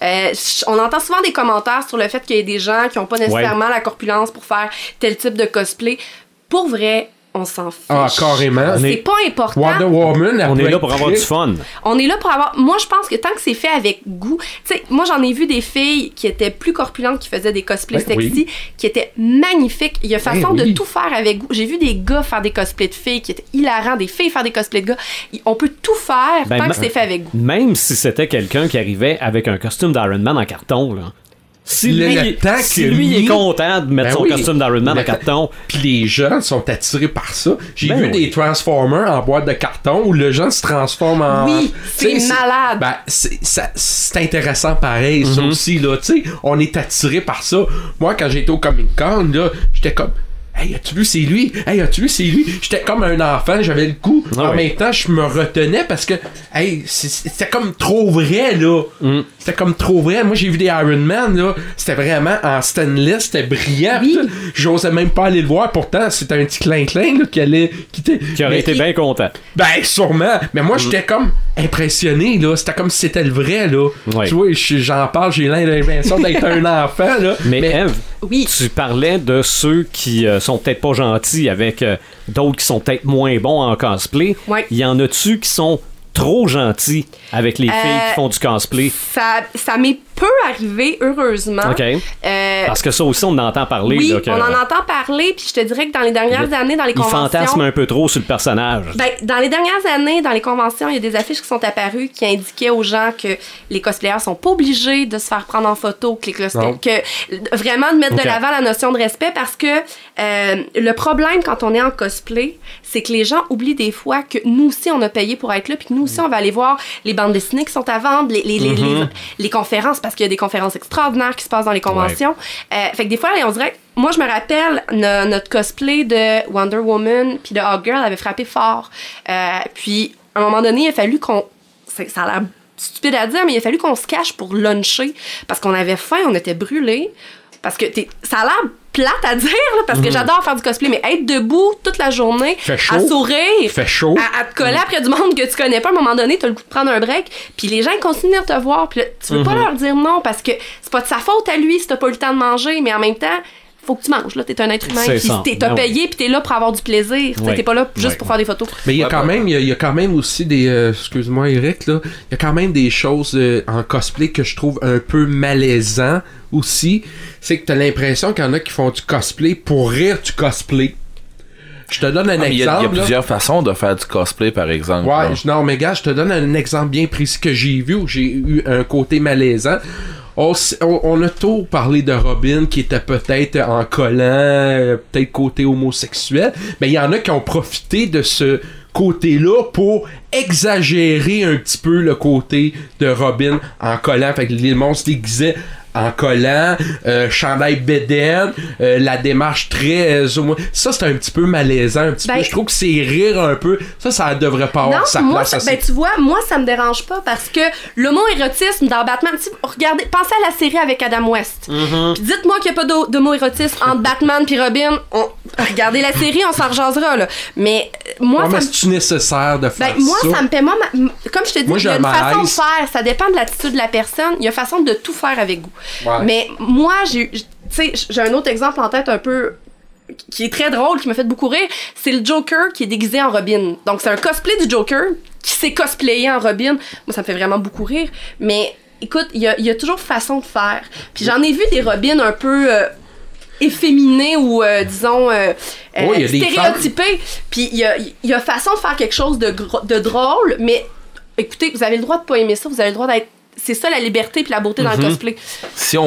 On entend souvent des commentaires sur le fait qu'il y a des gens qui n'ont pas nécessairement la corpulence pour faire tel type de cosplay. Pour vrai, on s'en fiche. Ah, carrément. C'est pas important. Wonder Woman, on est là pour avoir du fun. On est là pour avoir... Moi, je pense que tant que c'est fait avec goût... Tu sais, moi, j'en ai vu des filles qui étaient plus corpulentes, qui faisaient des cosplays sexy, qui étaient magnifiques. Il y a façon de tout faire avec goût. J'ai vu des gars faire des cosplays de filles qui étaient hilarants, des filles faire des cosplays de gars. On peut tout faire tant que c'est fait avec goût. Même si c'était quelqu'un qui arrivait avec un costume d'Iron Man en carton, là. Si lui est content de mettre son costume d'Iron Man en carton. Puis les gens sont attirés par ça. J'ai vu des Transformers en boîte de carton où le gens se transforme en... Oui, c'est malade. C'est intéressant pareil, ça aussi, là. Tu sais, on est attiré par ça. Moi, quand j'étais au Comic-Con, là, j'étais comme... Hey, as-tu vu, c'est lui? Hey, as-tu vu, c'est lui? J'étais comme un enfant, j'avais le goût. En même temps, je me retenais parce que, hey, c'était comme trop vrai, là. C'était comme trop vrai. Moi, j'ai vu des Iron Man, là. C'était vraiment en stainless, c'était brillant. J'osais même pas aller le voir. Pourtant, c'était un petit clin-clin, là, qui aurait été bien content. Ben, sûrement. Mais moi, j'étais comme impressionné, là. C'était comme si c'était le vrai, là. Tu vois, j'en parle, j'ai l'impression d'être un enfant, là. Mais Eve, tu parlais de ceux qui sont peut-être pas gentils avec d'autres qui sont peut-être moins bons en cosplay. Il y en a-tu qui sont trop gentils avec les filles qui font du cosplay? Ça m'est peu arrivé, heureusement. OK. Parce que ça aussi, on en entend parler. Oui, là, on en entend parler, puis je te dirais que dans les dernières années, dans les conventions... Ils fantasment un peu trop sur le personnage. Ben, dans les dernières années, dans les conventions, il y a des affiches qui sont apparues qui indiquaient aux gens que les cosplayers sont pas obligés de se faire prendre en photo, que vraiment de mettre de l'avant la notion de respect, parce que le problème quand on est en cosplay, c'est que les gens oublient des fois que nous aussi, on a payé pour être là, puis que nous aussi, on va aller voir les bandes dessinées qui sont à vendre, les conférences, parce qu'il y a des conférences extraordinaires qui se passent dans les conventions. Fait que des fois, on dirait... Moi, je me rappelle, notre cosplay de Wonder Woman puis de Hawkgirl avait frappé fort. Puis, à un moment donné, il a fallu qu'on... Ça a l'air stupide à dire, mais il a fallu qu'on se cache pour luncher parce qu'on avait faim, on était brûlés. Parce que ça a l'air plate à dire, là, parce que j'adore faire du cosplay, mais être debout toute la journée, à sourire, à te coller après du monde que tu connais pas, à un moment donné, t'as le goût de prendre un break, puis les gens ils continuent de te voir, puis là, tu veux pas leur dire non, parce que c'est pas de sa faute à lui si t'as pas eu le temps de manger, mais en même temps, faut que tu manges, là. T'es un être humain. T'as payé, puis t'es là pour avoir du plaisir. T'es pas là juste pour faire des photos. Mais il y a quand même aussi des... excuse-moi, Eric, là. Il y a quand même des choses en cosplay que je trouve un peu malaisant aussi. C'est que t'as l'impression qu'il y en a qui font du cosplay pour rire du cosplay. Je te donne un exemple. Il y a plusieurs façons de faire du cosplay, par exemple. Ouais, non, mais gars, je te donne un exemple bien précis que j'ai vu où j'ai eu un côté malaisant. On a tôt parlé de Robin qui était peut-être en collant, peut-être côté homosexuel, mais il y en a qui ont profité de ce côté-là pour exagérer un petit peu le côté de Robin en collant. Fait que les monstres déguisaient en collant, chandail bédaine, la démarche très... ça, c'est un petit peu malaisant, un petit peu. Je trouve que c'est rire un peu. Ça devrait pas avoir sa place. Tu vois, moi, ça me dérange pas parce que l'homo-érotisme dans Batman... Regardez, pensez à la série avec Adam West. Puis dites-moi qu'il n'y a pas d'homo-érotisme entre Batman puis Robin. Regardez la série, on s'en rejasera, là. Mais moi... mais c'est-tu nécessaire de faire moi, ça? Ça me paie... comme je te dis, il y a une façon de faire. Ça dépend de l'attitude de la personne. Il y a une façon de tout faire avec goût. Ouais. Mais moi, j'ai un autre exemple en tête un peu qui est très drôle, qui m'a fait beaucoup rire. C'est le Joker qui est déguisé en Robin. Donc, c'est un cosplay du Joker qui s'est cosplayé en Robin. Moi, ça me fait vraiment beaucoup rire. Mais écoute, il y a toujours façon de faire. Puis j'en ai vu des Robins un peu... efféminés ou disons stéréotypés. Puis il y a façon de faire quelque chose de drôle, mais écoutez, vous avez le droit de pas aimer ça, vous avez le droit d'être... C'est ça la liberté puis la beauté dans le cosplay. Si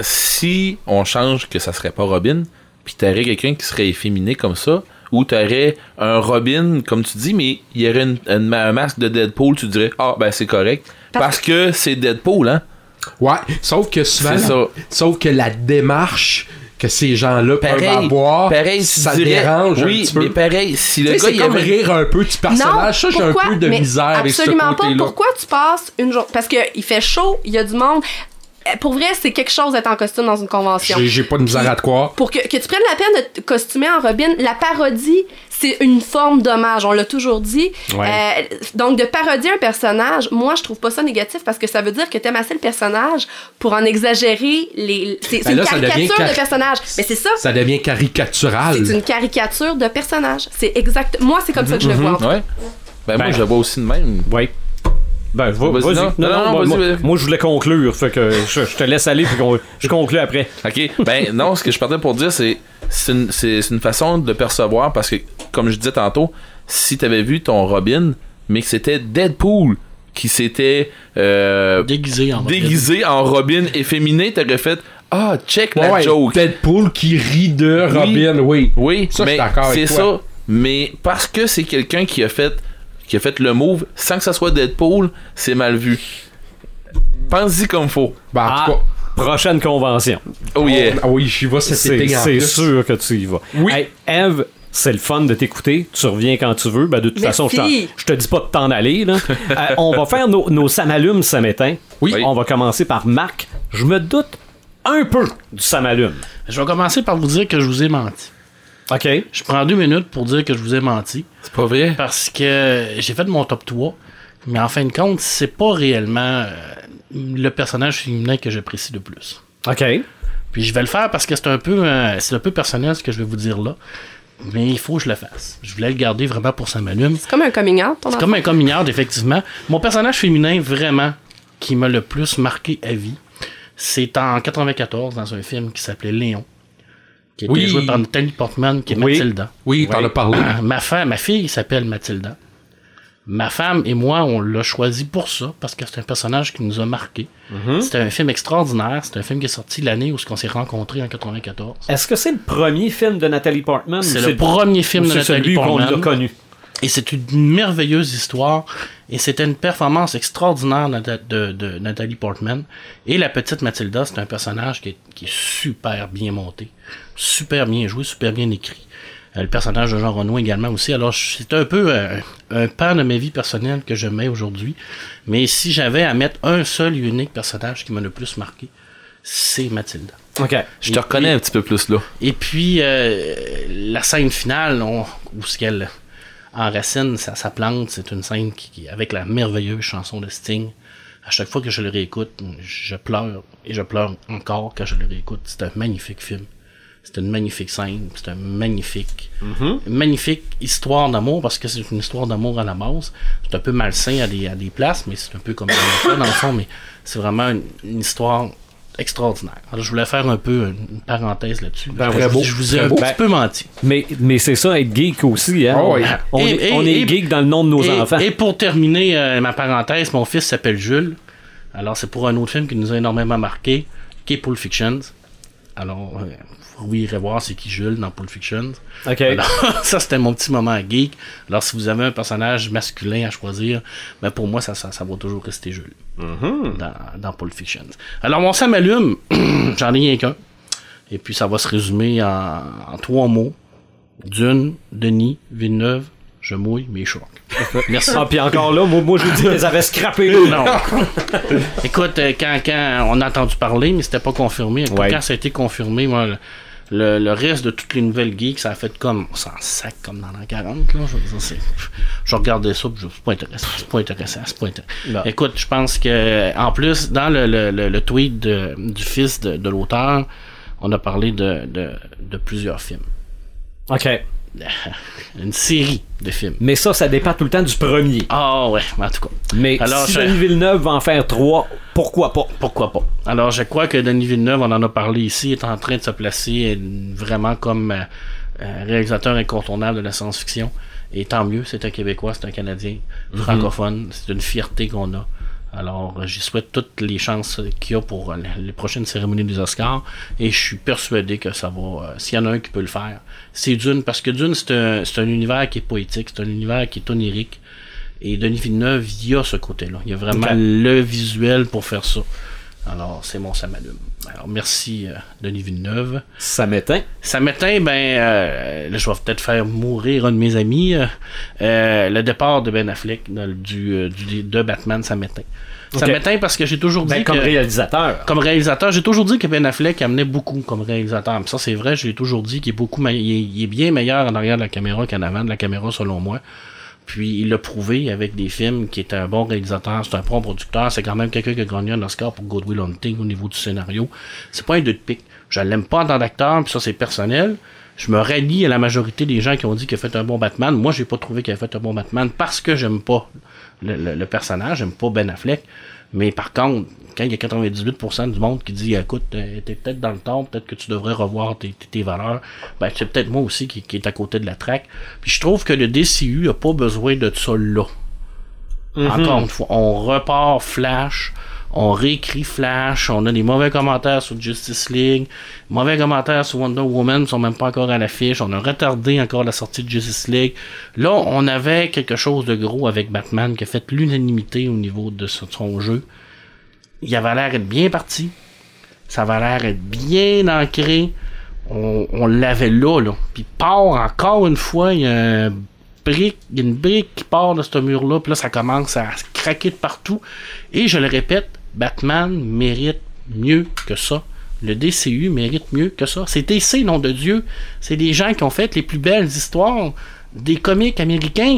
on change que ça serait pas Robin, puis t'aurais quelqu'un qui serait efféminé comme ça, ou t'aurais un Robin, comme tu dis, mais il y aurait un masque de Deadpool, tu dirais c'est correct. Parce que c'est Deadpool, hein? Ouais, sauf que souvent, sauf que la démarche que ces gens-là peuvent avoir, ça dérange un petit peu. Mais pareil, si le gars... C'est comme rire un peu du personnage. Non, ça, j'ai un peu de misère avec ce côté-là. Absolument pas. Pourquoi tu passes une journée... Parce qu'il fait chaud, il y a du monde... Pour vrai, c'est quelque chose d'être en costume dans une convention. J'ai pas de misère à te croire. Pour que tu prennes la peine de te costumer en Robin, la parodie, c'est une forme d'hommage. On l'a toujours dit. Ouais. Donc, de parodier un personnage, moi, je trouve pas ça négatif parce que ça veut dire que t'aimes assez le personnage pour en exagérer les... C'est une caricature de personnage. Mais c'est ça. Ça devient caricatural. C'est une caricature de personnage. C'est exact. Moi, c'est comme ça que je le vois. Ouais. Moi, je le vois aussi de même. Oui. Vas-y. Moi, je voulais conclure, fait que je te laisse aller puis je conclue après. OK. Non, ce que je partais pour dire, c'est une façon de percevoir parce que, comme je disais tantôt, si t'avais vu ton Robin, mais que c'était Deadpool qui s'était déguisé en Robin efféminé, t'aurais fait check la joke. Deadpool qui rit de Robin, oui. Ça, mais c'est ça. Mais parce que c'est quelqu'un qui a fait le move sans que ça soit Deadpool, c'est mal vu. Pense-y comme faut. En tout cas, prochaine convention. Oh yeah. Oui, j'y vais cet été. C'est sûr que tu y vas. Oui. Hey, Eve, c'est le fun de t'écouter. Tu reviens quand tu veux. De toute façon, je te dis pas de t'en aller. Là. On va faire nos Samalumes ce matin. Oui. On va commencer par Marc. Je me doute un peu du Samalume. Je vais commencer par vous dire que je vous ai menti. OK. Je prends 2 minutes pour dire que je vous ai menti. C'est pas vrai? Parce que j'ai fait mon top 3, mais en fin de compte, c'est pas réellement le personnage féminin que j'apprécie le plus. OK. Puis je vais le faire parce que c'est un peu personnel ce que je vais vous dire là. Mais il faut que je le fasse. Je voulais le garder vraiment pour Samalume. C'est comme un coming out, C'est comme un coming out, effectivement. Mon personnage féminin, vraiment, qui m'a le plus marqué à vie, c'est en 94, dans un film qui s'appelait Léon. Qui était joué par Nathalie Portman, qui est Mathilda. Oui, t'en as parlé. Ma fille s'appelle Mathilda. Ma femme et moi, on l'a choisi pour ça, parce que c'est un personnage qui nous a marqué. C'était un film extraordinaire. C'est un film qui est sorti l'année où on s'est rencontrés en 94. Est-ce que c'est le premier film de Nathalie Portman? C'est le premier film de Nathalie Portman. Qu'on l'a connu. Et c'est une merveilleuse histoire. Et c'était une performance extraordinaire de Nathalie Portman. Et la petite Mathilda, c'est un personnage qui est super bien monté, super bien joué, super bien écrit. Le personnage de Jean Reno également aussi. Alors, c'est un peu un pan de ma vie personnelle que je mets aujourd'hui. Mais si j'avais à mettre un seul et unique personnage qui m'a le plus marqué, c'est Mathilda. OK. Je te reconnais un petit peu plus là. Et puis, la scène finale, où ce qu'elle enracine sa plante, c'est une scène qui, avec la merveilleuse chanson de Sting. À chaque fois que je le réécoute, je pleure. Et je pleure encore quand je le réécoute. C'est un magnifique film. C'est une magnifique scène. C'est un magnifique histoire d'amour, parce que c'est une histoire d'amour à la base. C'est un peu malsain à des places, mais c'est un peu comme ça dans le fond, mais c'est vraiment une histoire extraordinaire. Alors, je voulais faire un peu une parenthèse là-dessus. Je vous ai un petit peu menti. Mais c'est ça, être geek aussi. Hein? Oh, oui. On est geek dans le nom de nos enfants. Et pour terminer ma parenthèse, mon fils s'appelle Jules. Alors, c'est pour un autre film qui nous a énormément marqué, qui est Pulp Fiction. Alors, vous irez voir c'est qui Jules dans Pulp Fiction. OK. Alors, ça, c'était mon petit moment geek. Alors, si vous avez un personnage masculin à choisir, ben pour moi, ça va toujours rester Jules. Dans Pulp Fiction. Alors, mon Sam allume, j'en ai rien qu'un. Et puis, ça va se résumer en 3 mots. Dune, Denis, Villeneuve, je mouille mes shorts. Merci. Ah, puis encore là, moi je vous dis qu'elles avaient scrappé. Non. Écoute, quand on a entendu parler, mais c'était pas confirmé. Quand ça a été confirmé, moi, le reste de toutes les nouvelles geeks, ça a fait comme on s'en sac comme dans l'an 40. Là. Je regardais ça, c'est pas intéressant. Non. Écoute, je pense que en plus, dans le tweet du fils de l'auteur, on a parlé de plusieurs films. OK. Une série de films. Mais ça dépend tout le temps du premier. Ah ouais, en tout cas. Mais alors, si Denis Villeneuve va en faire 3, pourquoi pas? Pourquoi pas? Alors, je crois que Denis Villeneuve, on en a parlé ici, est en train de se placer vraiment comme réalisateur incontournable de la science-fiction. Et tant mieux, c'est un Québécois, c'est un Canadien francophone. C'est une fierté qu'on a. Alors, j'y souhaite toutes les chances qu'il y a pour les prochaines cérémonies des Oscars. Et je suis persuadé que ça va... s'il y en a un qui peut le faire, c'est Dune. Parce que Dune, c'est un univers qui est poétique. C'est un univers qui est onirique. Et Denis Villeneuve, il y a ce côté-là. Il y a vraiment le visuel pour faire ça. Alors, c'est mon Sam allume. Alors, merci Denis Villeneuve. Ça m'éteint, là, je vais peut-être faire mourir un de mes amis. Le départ de Ben Affleck de Batman, ça m'éteint. Ça m'éteint parce que j'ai toujours dit comme réalisateur. Comme réalisateur, j'ai toujours dit que Ben Affleck amenait beaucoup comme réalisateur. Mais ça, c'est vrai, j'ai toujours dit qu'il est il est bien meilleur en arrière de la caméra qu'en avant de la caméra, selon moi. Puis il l'a prouvé avec des films qui est un bon réalisateur, c'est un bon producteur, c'est quand même quelqu'un qui a gagné un Oscar pour Good Will Hunting au niveau du scénario. C'est pas un deux de pique. Je l'aime pas en tant d'acteur, puis ça c'est personnel. Je me rallie à la majorité des gens qui ont dit qu'il a fait un bon Batman. Moi, j'ai pas trouvé qu'il a fait un bon Batman parce que j'aime pas le personnage, j'aime pas Ben Affleck. Mais par contre, quand il y a 98% du monde qui dit écoute, t'es peut-être dans le temps, peut-être que tu devrais revoir tes valeurs, ben c'est peut-être moi aussi qui est à côté de la traque. Puis je trouve que le DCU a pas besoin de ça là. Encore une fois, on repart Flash, on réécrit Flash, on a des mauvais commentaires sur Justice League, mauvais commentaires sur Wonder Woman, sont même pas encore à l'affiche, on a retardé encore la sortie de Justice League. Là, on avait quelque chose de gros avec Batman qui a fait l'unanimité au niveau de son jeu. Il avait l'air d'être bien parti, ça avait l'air d'être bien ancré, on l'avait là. Puis part encore une fois, il y a une brique qui part de ce mur-là, puis là, ça commence à craquer de partout. Et je le répète, Batman mérite mieux que ça. Le DCU mérite mieux que ça. C'est DC, nom de Dieu. C'est des gens qui ont fait les plus belles histoires des comics américains.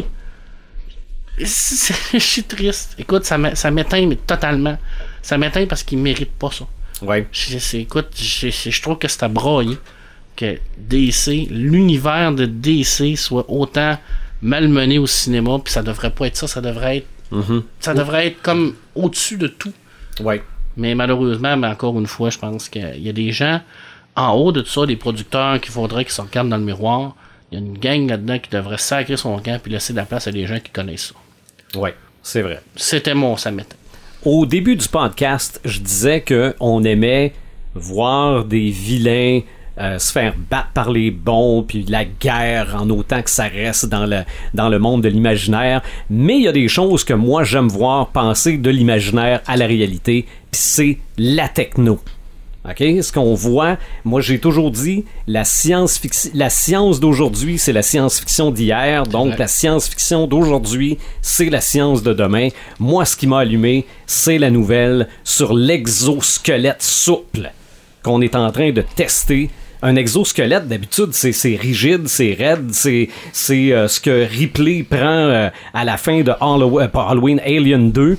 Je suis triste. Écoute, ça m'éteint mais totalement. Ça m'éteint parce qu'ils méritent pas ça. Ouais. Écoute, je trouve que c'est à brailler que DC, l'univers de DC soit autant malmené au cinéma, puis ça devrait pas être ça, ça devrait être comme au-dessus de tout. Ouais. Mais malheureusement, encore une fois, je pense qu'il y a des gens en haut de tout ça, des producteurs qu'il faudrait qu'ils se regardent dans le miroir. Il y a une gang là-dedans qui devrait sacrer son camp puis laisser de la place à des gens qui connaissent ça. Ouais, c'est vrai. C'était mon Sametin. Au début du podcast, je disais qu'on aimait voir des vilains se faire battre par les bons, puis la guerre en autant que ça reste dans le monde de l'imaginaire. Mais il y a des choses que moi j'aime voir passer de l'imaginaire à la réalité, puis c'est la techno. OK? Ce qu'on voit, moi j'ai toujours dit, la science d'aujourd'hui, c'est la science-fiction d'hier, donc la science-fiction d'aujourd'hui, c'est la science de demain. Moi, ce qui m'a allumé, c'est la nouvelle sur l'exosquelette souple. qu'on est en train de tester. Un exosquelette, d'habitude, c'est rigide, c'est raide, c'est ce que Ripley prend à la fin de Halloween Alien 2.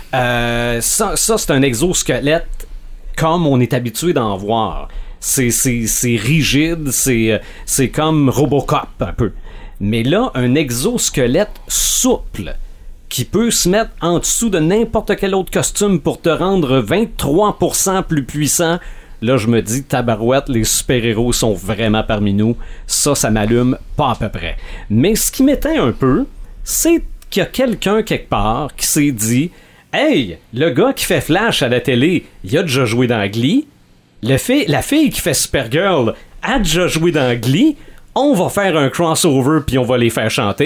Ça c'est un exosquelette comme on est habitué d'en voir. C'est rigide, c'est comme Robocop un peu. Mais là, un exosquelette souple qui peut se mettre en dessous de n'importe quel autre costume pour te rendre 23% plus puissant. Là, je me dis, tabarouette, les super-héros sont vraiment parmi nous. Ça m'allume pas à peu près. Mais ce qui m'éteint un peu, c'est qu'il y a quelqu'un quelque part qui s'est dit « Hey, le gars qui fait Flash à la télé, il a déjà joué dans Glee. La fille qui fait Supergirl a déjà joué dans Glee. On va faire un crossover puis on va les faire chanter. »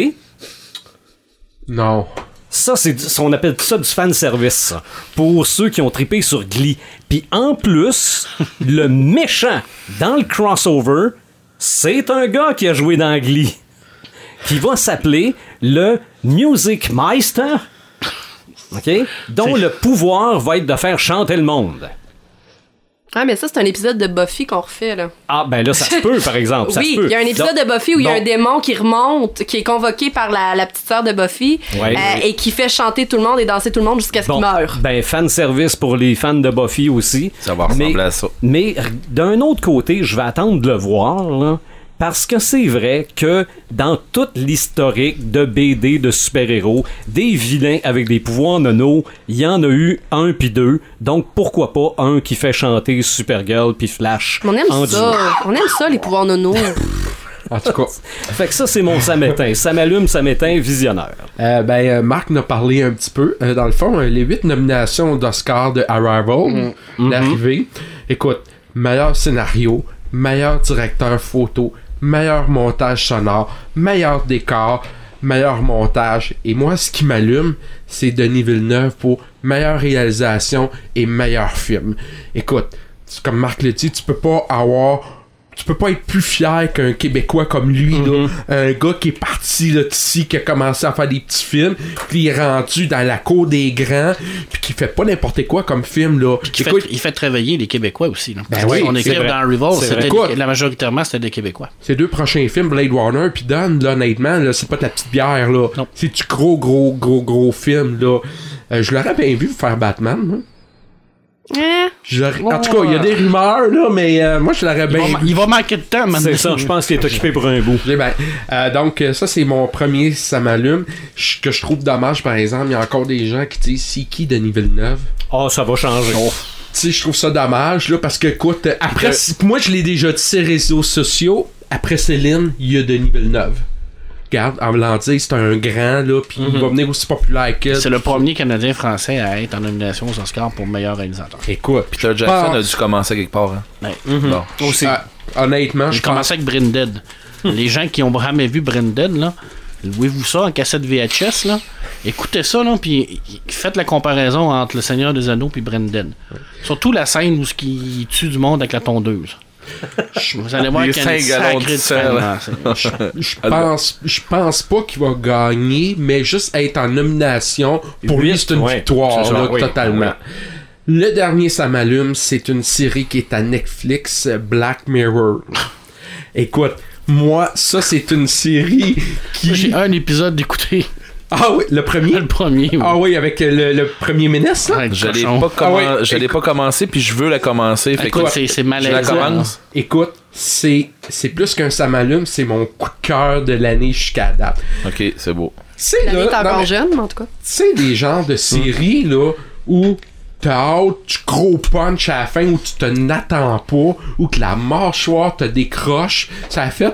Non. Ça, on appelle ça du fanservice, ça, pour ceux qui ont trippé sur Glee. Puis en plus, le méchant dans le crossover, c'est un gars qui a joué dans Glee, qui va s'appeler le Music Meister, OK? Dont le pouvoir va être de faire chanter le monde. Ah, mais ça, c'est un épisode de Buffy qu'on refait, là. Ah, ben là, ça se peut, par exemple. Oui, il y a un épisode de Buffy où il y a un démon qui remonte, qui est convoqué par la petite sœur de Buffy, et qui fait chanter tout le monde et danser tout le monde jusqu'à ce qu'il meure. Ben, fanservice pour les fans de Buffy aussi. Ça va ressembler à ça. Mais d'un autre côté, je vais attendre de le voir, là. Parce que c'est vrai que dans toute l'historique de BD de super-héros, des vilains avec des pouvoirs nono, il y en a eu un puis deux. Donc pourquoi pas un qui fait chanter Supergirl puis Flash. On aime ça. On aime ça, les pouvoirs nono. En tout cas. Fait que ça, c'est mon ça m'éteint. Ça m'allume, ça m'éteint, visionnaire. Marc n'a parlé un petit peu. Dans le fond, les 8 nominations d'Oscar de Arrival, l'arrivée. Écoute, meilleur scénario, meilleur directeur photo, meilleur montage sonore, meilleur décor, meilleur montage. Et moi, ce qui m'allume, c'est Denis Villeneuve pour meilleure réalisation et meilleur film. Écoute, comme Marc le dit, tu peux pas être plus fier qu'un Québécois comme lui, là. Un gars qui est parti là, d'ici, qui a commencé à faire des petits films, puis il est rendu dans la cour des grands, puis qui fait pas n'importe quoi comme film, là. Il fait réveiller les Québécois aussi, là. Ben oui, on écrit dans Revolve, la majoritairement, c'était des Québécois. Ces 2 prochains films, Blade Runner puis Dune, là, honnêtement, là, c'est pas de la petite bière, là. Non. C'est du gros film, là. Je l'aurais bien vu faire Batman, hein. En tout cas, il y a des rumeurs, là, mais moi, je l'aurais bien vu. Il va manquer de temps, maintenant. C'est ça, je pense qu'il est occupé pour un bout. Donc, ça, c'est mon premier, ça m'allume. Que je trouve dommage, par exemple, il y a encore des gens qui disent, c'est qui Denis Villeneuve? Ah, ça va changer. Tu sais, je trouve ça dommage, là, parce que, écoute, après, moi, je l'ai déjà dit sur les réseaux sociaux, après Céline, il y a Denis Villeneuve. Regarde, en voulant dire, c'est un grand, là, puis il va venir aussi populaire qu'elle. C'est le premier Canadien-Français à être en nomination aux Oscars pour meilleur réalisateur. Écoute, Peter Jackson a dû commencer quelque part. Hein. Ouais. Bon. aussi. Honnêtement, J'ai commencé avec Brain Dead. Les gens qui ont jamais vu Brain Dead, là, louez-vous ça en cassette VHS, là. Écoutez ça, là, puis faites la comparaison entre Le Seigneur des Anneaux puis Brain Dead. Surtout la scène où il tue du monde avec la tondeuse. Vous allez voir qu'il y a une sacrée différence. Je pense pas qu'il va gagner, mais juste être en nomination, pour lui, c'est une victoire, c'est ça, là, totalement. Le dernier, ça m'allume, c'est une série qui est à Netflix, Black Mirror. Écoute, moi, ça, c'est une série qui... J'ai un épisode d'écouter. Ah oui, le premier? Le premier, oui. Ah oui, avec le premier ministre, là? Je l'ai pas commencé, puis je veux la commencer. Fait écoute, c'est malaisant. Je la commence. Écoute, c'est plus qu'un ça m'allume, c'est mon coup de cœur de l'année jusqu'à date. Ok, c'est beau. L'année est encore jeune, mais en tout cas. Tu sais, des genres de séries, là, où t'as hâte, tu gros punch à la fin, où tu te n'attends pas, où que la mâchoire te décroche, ça fait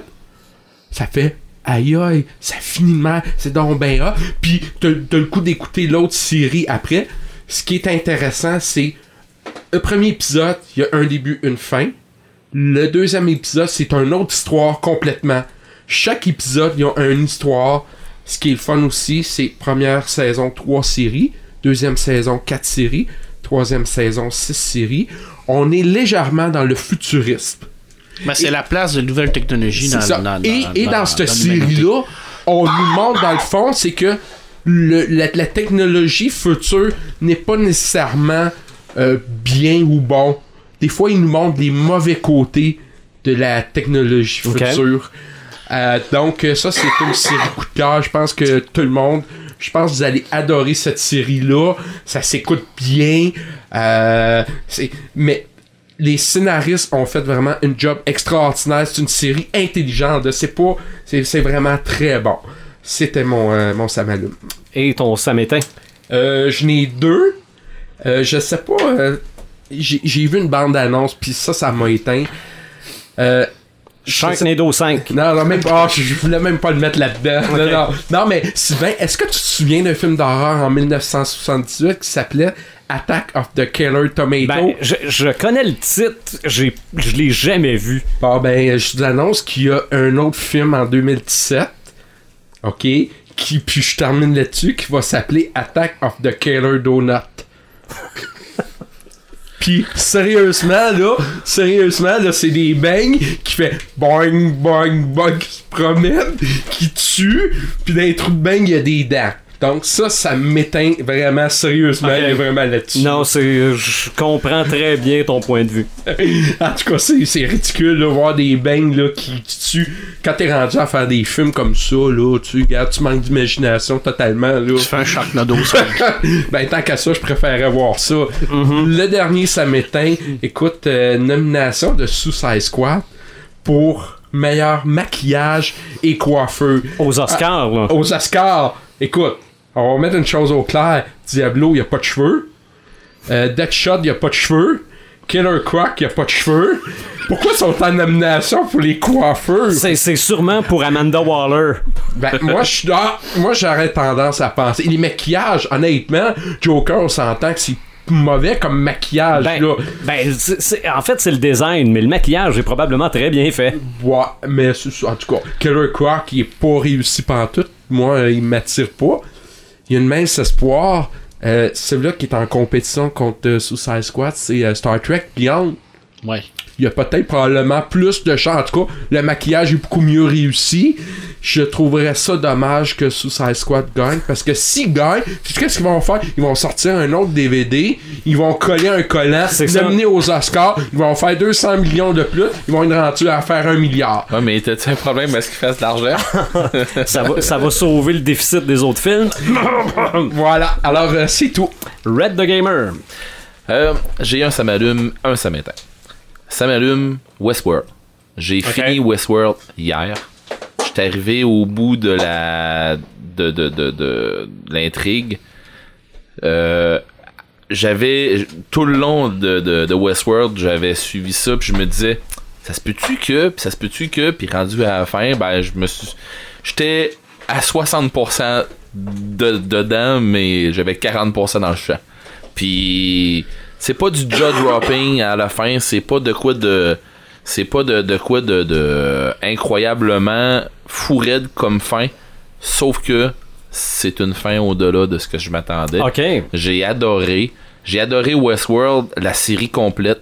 aïe aïe, ça finit de mal, c'est donc ben là. Puis t'as le coup d'écouter l'autre série après. Ce qui est intéressant, c'est le premier épisode, il y a un début, une fin. Le deuxième épisode, c'est une autre histoire complètement. Chaque épisode, il y a une histoire. Ce qui est le fun aussi, c'est première saison 3 séries, deuxième saison 4 séries, troisième saison 6 séries. On est légèrement dans le futurisme. Ben, c'est la place de nouvelles technologies dans cette série-là, on nous montre dans le fond, c'est que la technologie future n'est pas nécessairement bien ou bon. des fois, ils nous montrent les mauvais côtés de la technologie future. Donc, ça, c'est une série coup de cœur. Je pense que tout le monde... Je pense que vous allez adorer cette série-là. Ça s'écoute bien. Mais les scénaristes ont fait vraiment un job extraordinaire. C'est une série intelligente. C'est vraiment très bon. C'était mon Samalume. Et ton Samétain? Je n'ai 2. Je sais pas. J'ai vu une bande-annonce, puis ça m'a éteint. Sharknado 5. Non, même pas. Je voulais même pas le mettre là-dedans. Okay. Non, mais Sylvain, est-ce que tu te souviens d'un film d'horreur en 1978 qui s'appelait Attack of the Killer Tomato? Ben, je connais le titre, je l'ai jamais vu. Bon, ben, je vous annonce qu'il y a un autre film en 2017, ok, puis je termine là-dessus, qui va s'appeler Attack of the Killer Donut. Pis sérieusement là, c'est des bangs qui fait boing boing boing, qui se promènent, qui tuent, pis dans les trous de bang il y a des dents. Donc ça m'éteint vraiment sérieusement, okay. Vraiment là-dessus. Non, je comprends très bien ton point de vue. En tout cas, c'est ridicule de voir des bangs là, qui tuent. Quand t'es rendu à faire des films comme ça, là, tu manques d'imagination totalement. Là. Tu fais un Sharknado 5. Ben tant qu'à ça, je préférerais voir ça. Le dernier, ça m'éteint. Écoute, nomination de Suicide Squad pour meilleur maquillage et coiffeur. Aux Oscars, là. Aux Oscars. Écoute, on va mettre une chose au clair. Diablo, il a pas de cheveux. Deadshot, il a pas de cheveux. Killer Croc, il a pas de cheveux. Pourquoi ils sont en nomination pour les coiffeurs? C'est sûrement pour Amanda Waller. Ben, moi, j'aurais tendance à penser. Les maquillages, honnêtement, Joker, on s'entend que c'est mauvais comme maquillage, là. En fait, c'est le design, mais le maquillage est probablement très bien fait. Ouais, mais en tout cas, Killer Croc, il est pas réussi pantoute. Moi, il m'attire pas. Il y a une mince espoir. Celui-là qui est en compétition contre Suicide Squad, c'est Star Trek Beyond. Ouais. Il y a peut-être probablement plus de chance. En tout cas, le maquillage est beaucoup mieux réussi. Je trouverais ça dommage que Suicide Squad gagne. Parce que s'ils gagnent, qu'est-ce qu'ils vont faire? Ils vont sortir un autre DVD. Ils vont coller un collant. L'amener aux Oscars. Ils vont faire 200 millions de plus. Ils vont être rendus à faire 1 milliard. Ouais, mais t'as-tu un problème à ce qu'ils fassent de l'argent? ça va sauver le déficit des autres films. Voilà. Alors, c'est tout. Red the Gamer. J'ai un Samalume, un Samétain. Samalume, Westworld. J'ai fini Westworld hier. J'étais arrivé au bout de l'intrigue. J'avais tout le long de Westworld, j'avais suivi ça, puis je me disais, ça se peut-tu que, puis rendu à la fin, ben j'étais à 60% dedans, mais j'avais 40% dans le champ. Puis c'est pas du jaw dropping à la fin, c'est pas de quoi de incroyablement fou raide comme fin, sauf que c'est une fin au-delà de ce que je m'attendais. Okay. J'ai adoré Westworld, la série complète.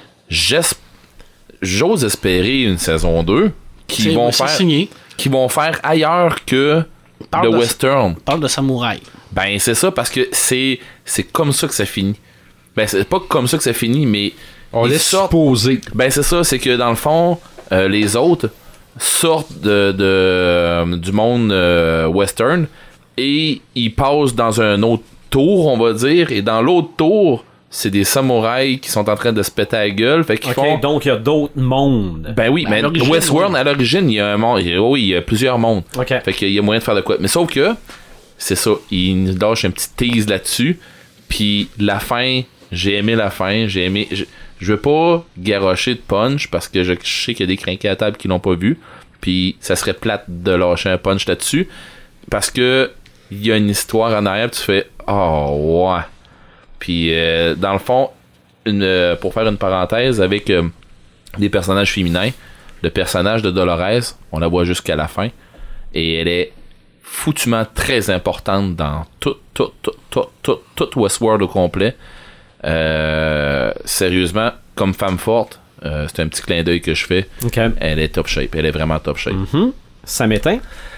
J'ose espérer une saison 2 qui vont faire ailleurs que le western. Parle de samouraï. Ben c'est ça, parce que c'est comme ça que ça finit. Ben c'est pas comme ça que ça finit, mais on laisse supposer. Ben c'est ça, c'est que dans le fond, les autres sortent du monde western et ils passent dans un autre tour, on va dire, et dans l'autre tour, c'est des samouraïs qui sont en train de se péter la gueule. Fait qu'ils font... donc il y a d'autres mondes. Ben oui, mais Westworld, à l'origine, il y a un monde. Il y a plusieurs mondes. Okay. Fait qu'il y a moyen de faire de quoi. Mais sauf que, c'est ça, il nous lâche un petit tease là-dessus. Puis la fin, j'ai aimé la fin. Je veux pas garrocher de punch parce que je sais qu'il y a des crinqués à table qui l'ont pas vu. Puis ça serait plate de lâcher un punch là-dessus. Parce que il y a une histoire en arrière, tu fais oh ouais. Puis dans le fond, pour faire une parenthèse avec des personnages féminins, le personnage de Dolores, on la voit jusqu'à la fin et elle est foutument très importante dans tout Westworld au complet. Sérieusement, comme femme forte, c'est un petit clin d'œil que je fais. Okay. Elle est top shape, elle est vraiment top shape. Mm-hmm. Ça m'éteint.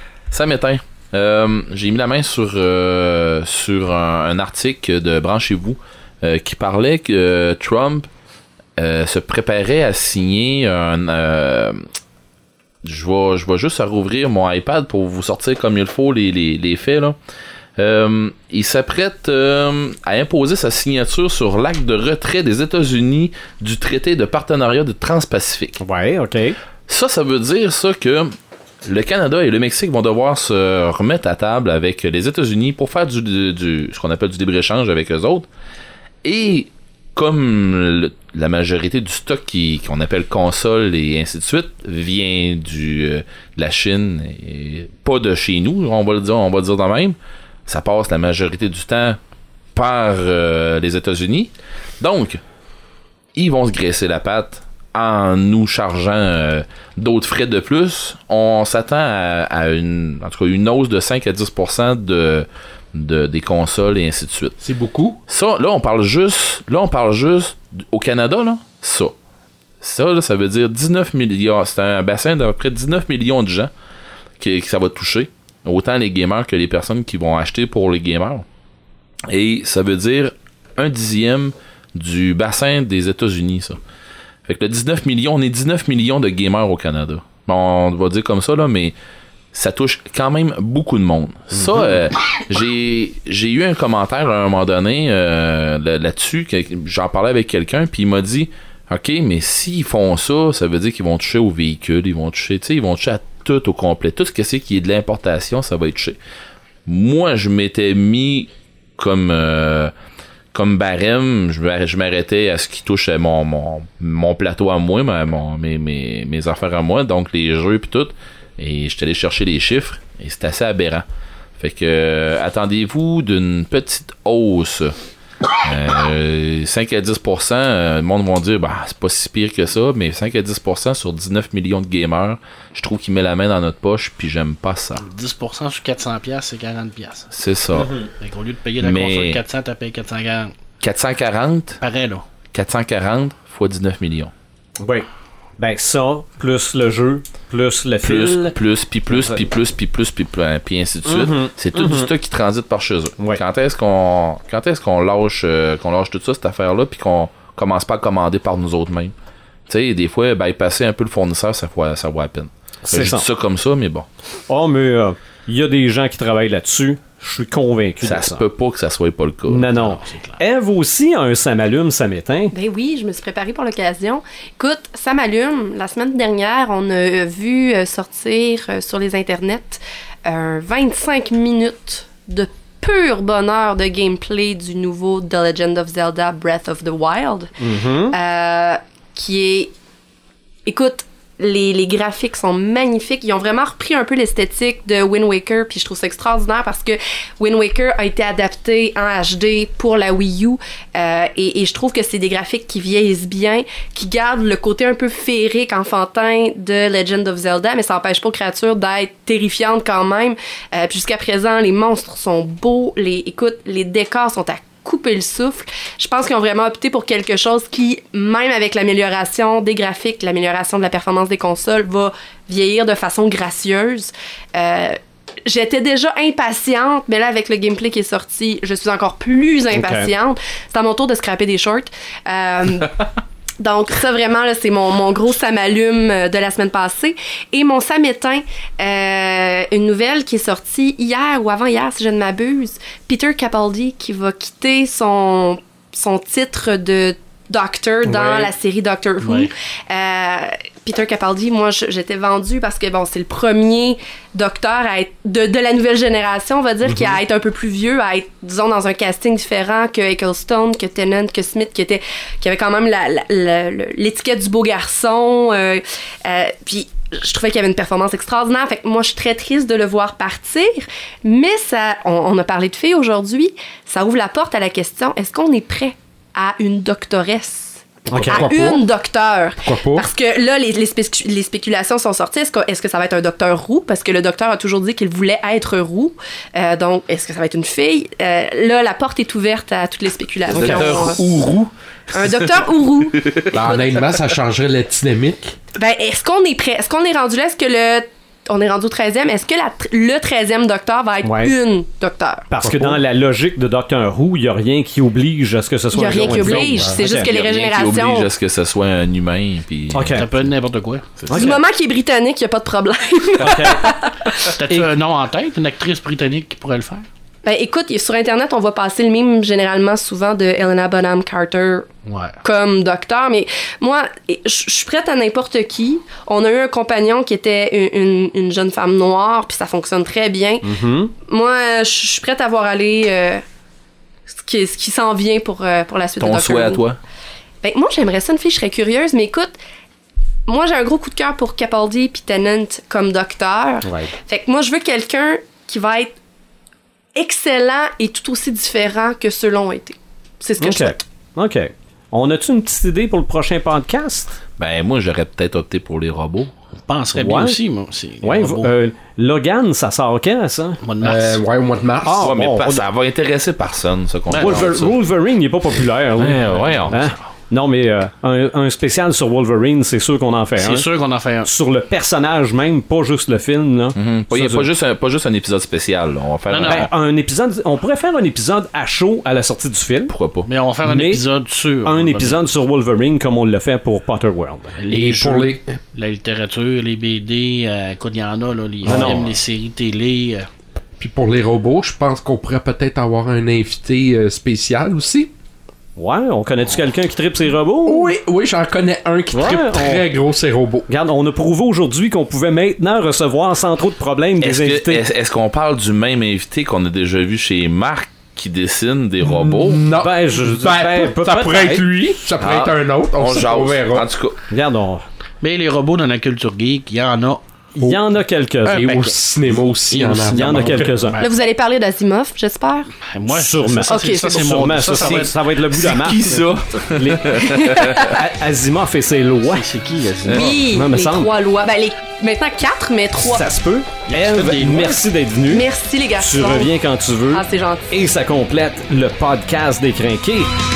J'ai mis la main sur un article de Branchez-vous qui parlait que Trump se préparait à signer un... je vais juste rouvrir mon iPad pour vous sortir comme il faut les faits, là. Il s'apprête à imposer sa signature sur l'acte de retrait des États-Unis du traité de partenariat de Trans-Pacifique. Ouais, OK. Ça veut dire ça que le Canada et le Mexique vont devoir se remettre à table avec les États-Unis pour faire ce qu'on appelle du libre-échange avec eux autres. Et comme la majorité du stock qu'on appelle console et ainsi de suite vient de la Chine et pas de chez nous, on va le dire de même, ça passe la majorité du temps par les États-Unis. Donc, ils vont se graisser la patte en nous chargeant d'autres frais de plus. On s'attend à une hausse de 5 à 10% des consoles et ainsi de suite. C'est beaucoup. Ça, là, on parle juste au Canada, là, ça, là, ça veut dire 19 millions. C'est un bassin d'à peu près 19 millions de gens que ça va toucher. Autant les gamers que les personnes qui vont acheter pour les gamers. Et ça veut dire 1/10 du bassin des États-Unis, ça. Fait que le 19 millions, on est 19 millions de gamers au Canada. Bon, on va dire comme ça, là, mais ça touche quand même beaucoup de monde. Ça, j'ai eu un commentaire à un moment donné là-dessus, que j'en parlais avec quelqu'un, puis il m'a dit, OK, mais s'ils font ça, ça veut dire qu'ils vont toucher aux véhicules, ils vont toucher à tout au complet. Tout ce que c'est qui est de l'importation, ça va être touché. Moi, je m'étais mis comme barème, je m'arrêtais à ce qui touche à mon plateau à moi, mes affaires à moi, donc les jeux puis tout. Et j'étais allé chercher les chiffres et c'est assez aberrant. Fait que attendez-vous d'une petite hausse. 5 à 10%, le monde va dire c'est pas si pire que ça, mais 5 à 10% sur 19 millions de gamers, je trouve qu'il met la main dans notre poche puis j'aime pas ça. 10% sur 400$, c'est 40$. C'est ça. Fait qu'au lieu de payer la console 400, t'as payé 440. 440? Pareil, là. 440 fois 19 millions. Oui. Ben ça, plus le jeu, plus le fil. Puis ainsi de suite. C'est tout du stock qui transite par chez eux. Ouais. Quand est-ce qu'on lâche tout ça, cette affaire-là, puis qu'on commence pas à commander par nous autres mêmes? Tu sais, des fois, bypasser un peu le fournisseur, ça vaut à peine. Je dis ça comme ça, mais bon. Oh, mais il y a des gens qui travaillent là-dessus. Je suis convaincu ça de ça. Ça se peut pas que ça soit pas le cas. Non. Eve aussi a un ça m'allume, ça m'éteint. Ben oui, je me suis préparée pour l'occasion. Écoute, ça m'allume. La semaine dernière, on a vu sortir sur les internets 25 minutes de pur bonheur de gameplay du nouveau The Legend of Zelda Breath of the Wild. Qui est... Écoute, les graphiques sont magnifiques. Ils ont vraiment repris un peu l'esthétique de Wind Waker, puis je trouve ça extraordinaire parce que Wind Waker a été adapté en HD pour la Wii U, et je trouve que c'est des graphiques qui vieillissent bien, qui gardent le côté un peu féerique, enfantin de Legend of Zelda, mais ça n'empêche pas aux créatures d'être terrifiantes quand même. Puis jusqu'à présent, les monstres sont beaux, les décors sont à couper le souffle. Je pense qu'ils ont vraiment opté pour quelque chose qui, même avec l'amélioration des graphiques, l'amélioration de la performance des consoles, va vieillir de façon gracieuse. J'étais déjà impatiente, mais là, avec le gameplay qui est sorti, je suis encore plus impatiente. Okay. C'est à mon tour de scraper des shorts. Donc ça vraiment là, c'est mon gros ça m'allume de la semaine passée. Et mon ça m'éteint, une nouvelle qui est sortie hier ou avant-hier si je ne m'abuse. Peter Capaldi qui va quitter son titre de Doctor dans la série Doctor Who. Peter Capaldi, moi j'étais vendue parce que bon, c'est le premier docteur à être de la nouvelle génération, on va dire, qui a été un peu plus vieux, à être, disons, dans un casting différent que Ecclestone, que Tennant, que Smith, qui avait quand même l'étiquette du beau garçon. Puis je trouvais qu'il y avait une performance extraordinaire. Fait que moi, je suis très triste de le voir partir. Mais ça, on a parlé de filles aujourd'hui, ça ouvre la porte à la question, est-ce qu'on est prêt à une doctoresse? Okay. À une docteur. Pourquoi pas? Parce que là, les spéculations sont sorties. Est-ce que ça va être un docteur roux? Parce que le docteur a toujours dit qu'il voulait être roux. Donc, est-ce que ça va être une fille? Là, la porte est ouverte à toutes les spéculations. Un docteur roux? Un docteur roux. Ben, honnêtement, ça changerait la dynamique. Ben, est-ce qu'on est prêt? Est-ce qu'on est rendu là? Est-ce que on est rendu au 13e. Est-ce que le 13e docteur va être une docteur? Parce que dans la logique de Doctor Who, il n'y a rien qui oblige à ce que ce soit Il n'y a rien qui oblige. C'est juste que les régénérations... Il y a rien qui oblige à ce que ce soit un humain. Puis... Ça peut être n'importe quoi. Du moment qu'il est britannique, il n'y a pas de problème. T'as-tu un nom en tête? Une actrice britannique qui pourrait le faire? Ben écoute, sur Internet, on voit passer le mime généralement souvent de Helena Bonham Carter comme docteur, mais moi, je suis prête à n'importe qui. On a eu un compagnon qui était une jeune femme noire, puis ça fonctionne très bien. Moi, je suis prête à voir aller ce qui s'en vient pour la suite de Doctor Who. Ton souhait à toi? Ben moi, j'aimerais ça, une fille, je serais curieuse, mais écoute, moi, j'ai un gros coup de cœur pour Capaldi puis Tennant comme docteur. Fait que moi, je veux quelqu'un qui va être excellent et tout aussi différent que ceux l'ont été. C'est ce que je souhaite. OK. On a-tu une petite idée pour le prochain podcast? Ben, moi, j'aurais peut-être opté pour les robots. Je penserais bien aussi, moi. Logan, ça sort quand, ça? Au mois de mars. Au mois de mars. Ça va intéresser personne, ça. Wolverine, il n'est pas populaire. Non, mais un spécial sur Wolverine, c'est sûr qu'on en fait un. C'est sûr qu'on en fait un. Sur le personnage même, pas juste le film. Là. Pas juste un épisode spécial. Là. On va faire un épisode. On pourrait faire un épisode à chaud à la sortie du film. Pourquoi pas? Mais on va faire un épisode sur... Un épisode sur Wolverine comme on l'a fait pour Potterworld. Les jeux, la littérature, les BD, écoute, il y en a, là, les films, les séries télé... Puis pour les robots, je pense qu'on pourrait peut-être avoir un invité spécial aussi. Ouais, on connaît-tu quelqu'un qui tripe ses robots? Oui, j'en connais un qui tripe très gros ses robots. Regarde, on a prouvé aujourd'hui qu'on pouvait maintenant recevoir sans trop de problèmes des invités. Est-ce qu'on parle du même invité qu'on a déjà vu chez Marc qui dessine des robots? Non. Ça pourrait être lui, ça pourrait être un autre. On verra. En tout cas. Regarde, Mais les robots dans la culture geek, il y en a. Il y en a quelques-uns. Et au cinéma aussi, il y en a quelques-uns. Là, vous allez parler d'Asimov, j'espère? Moi, sûrement. Ça, c'est mon... Ça va être le bout de la marque. C'est qui, ça? Asimov et ses lois. C'est qui, Asimov? Oui, les 3 lois. Ben, maintenant 4, mais 3. Ça se peut. Eve, merci d'être venu. Merci, les garçons. Tu reviens quand tu veux. Ah, c'est gentil. Et ça complète le podcast des Crinqués.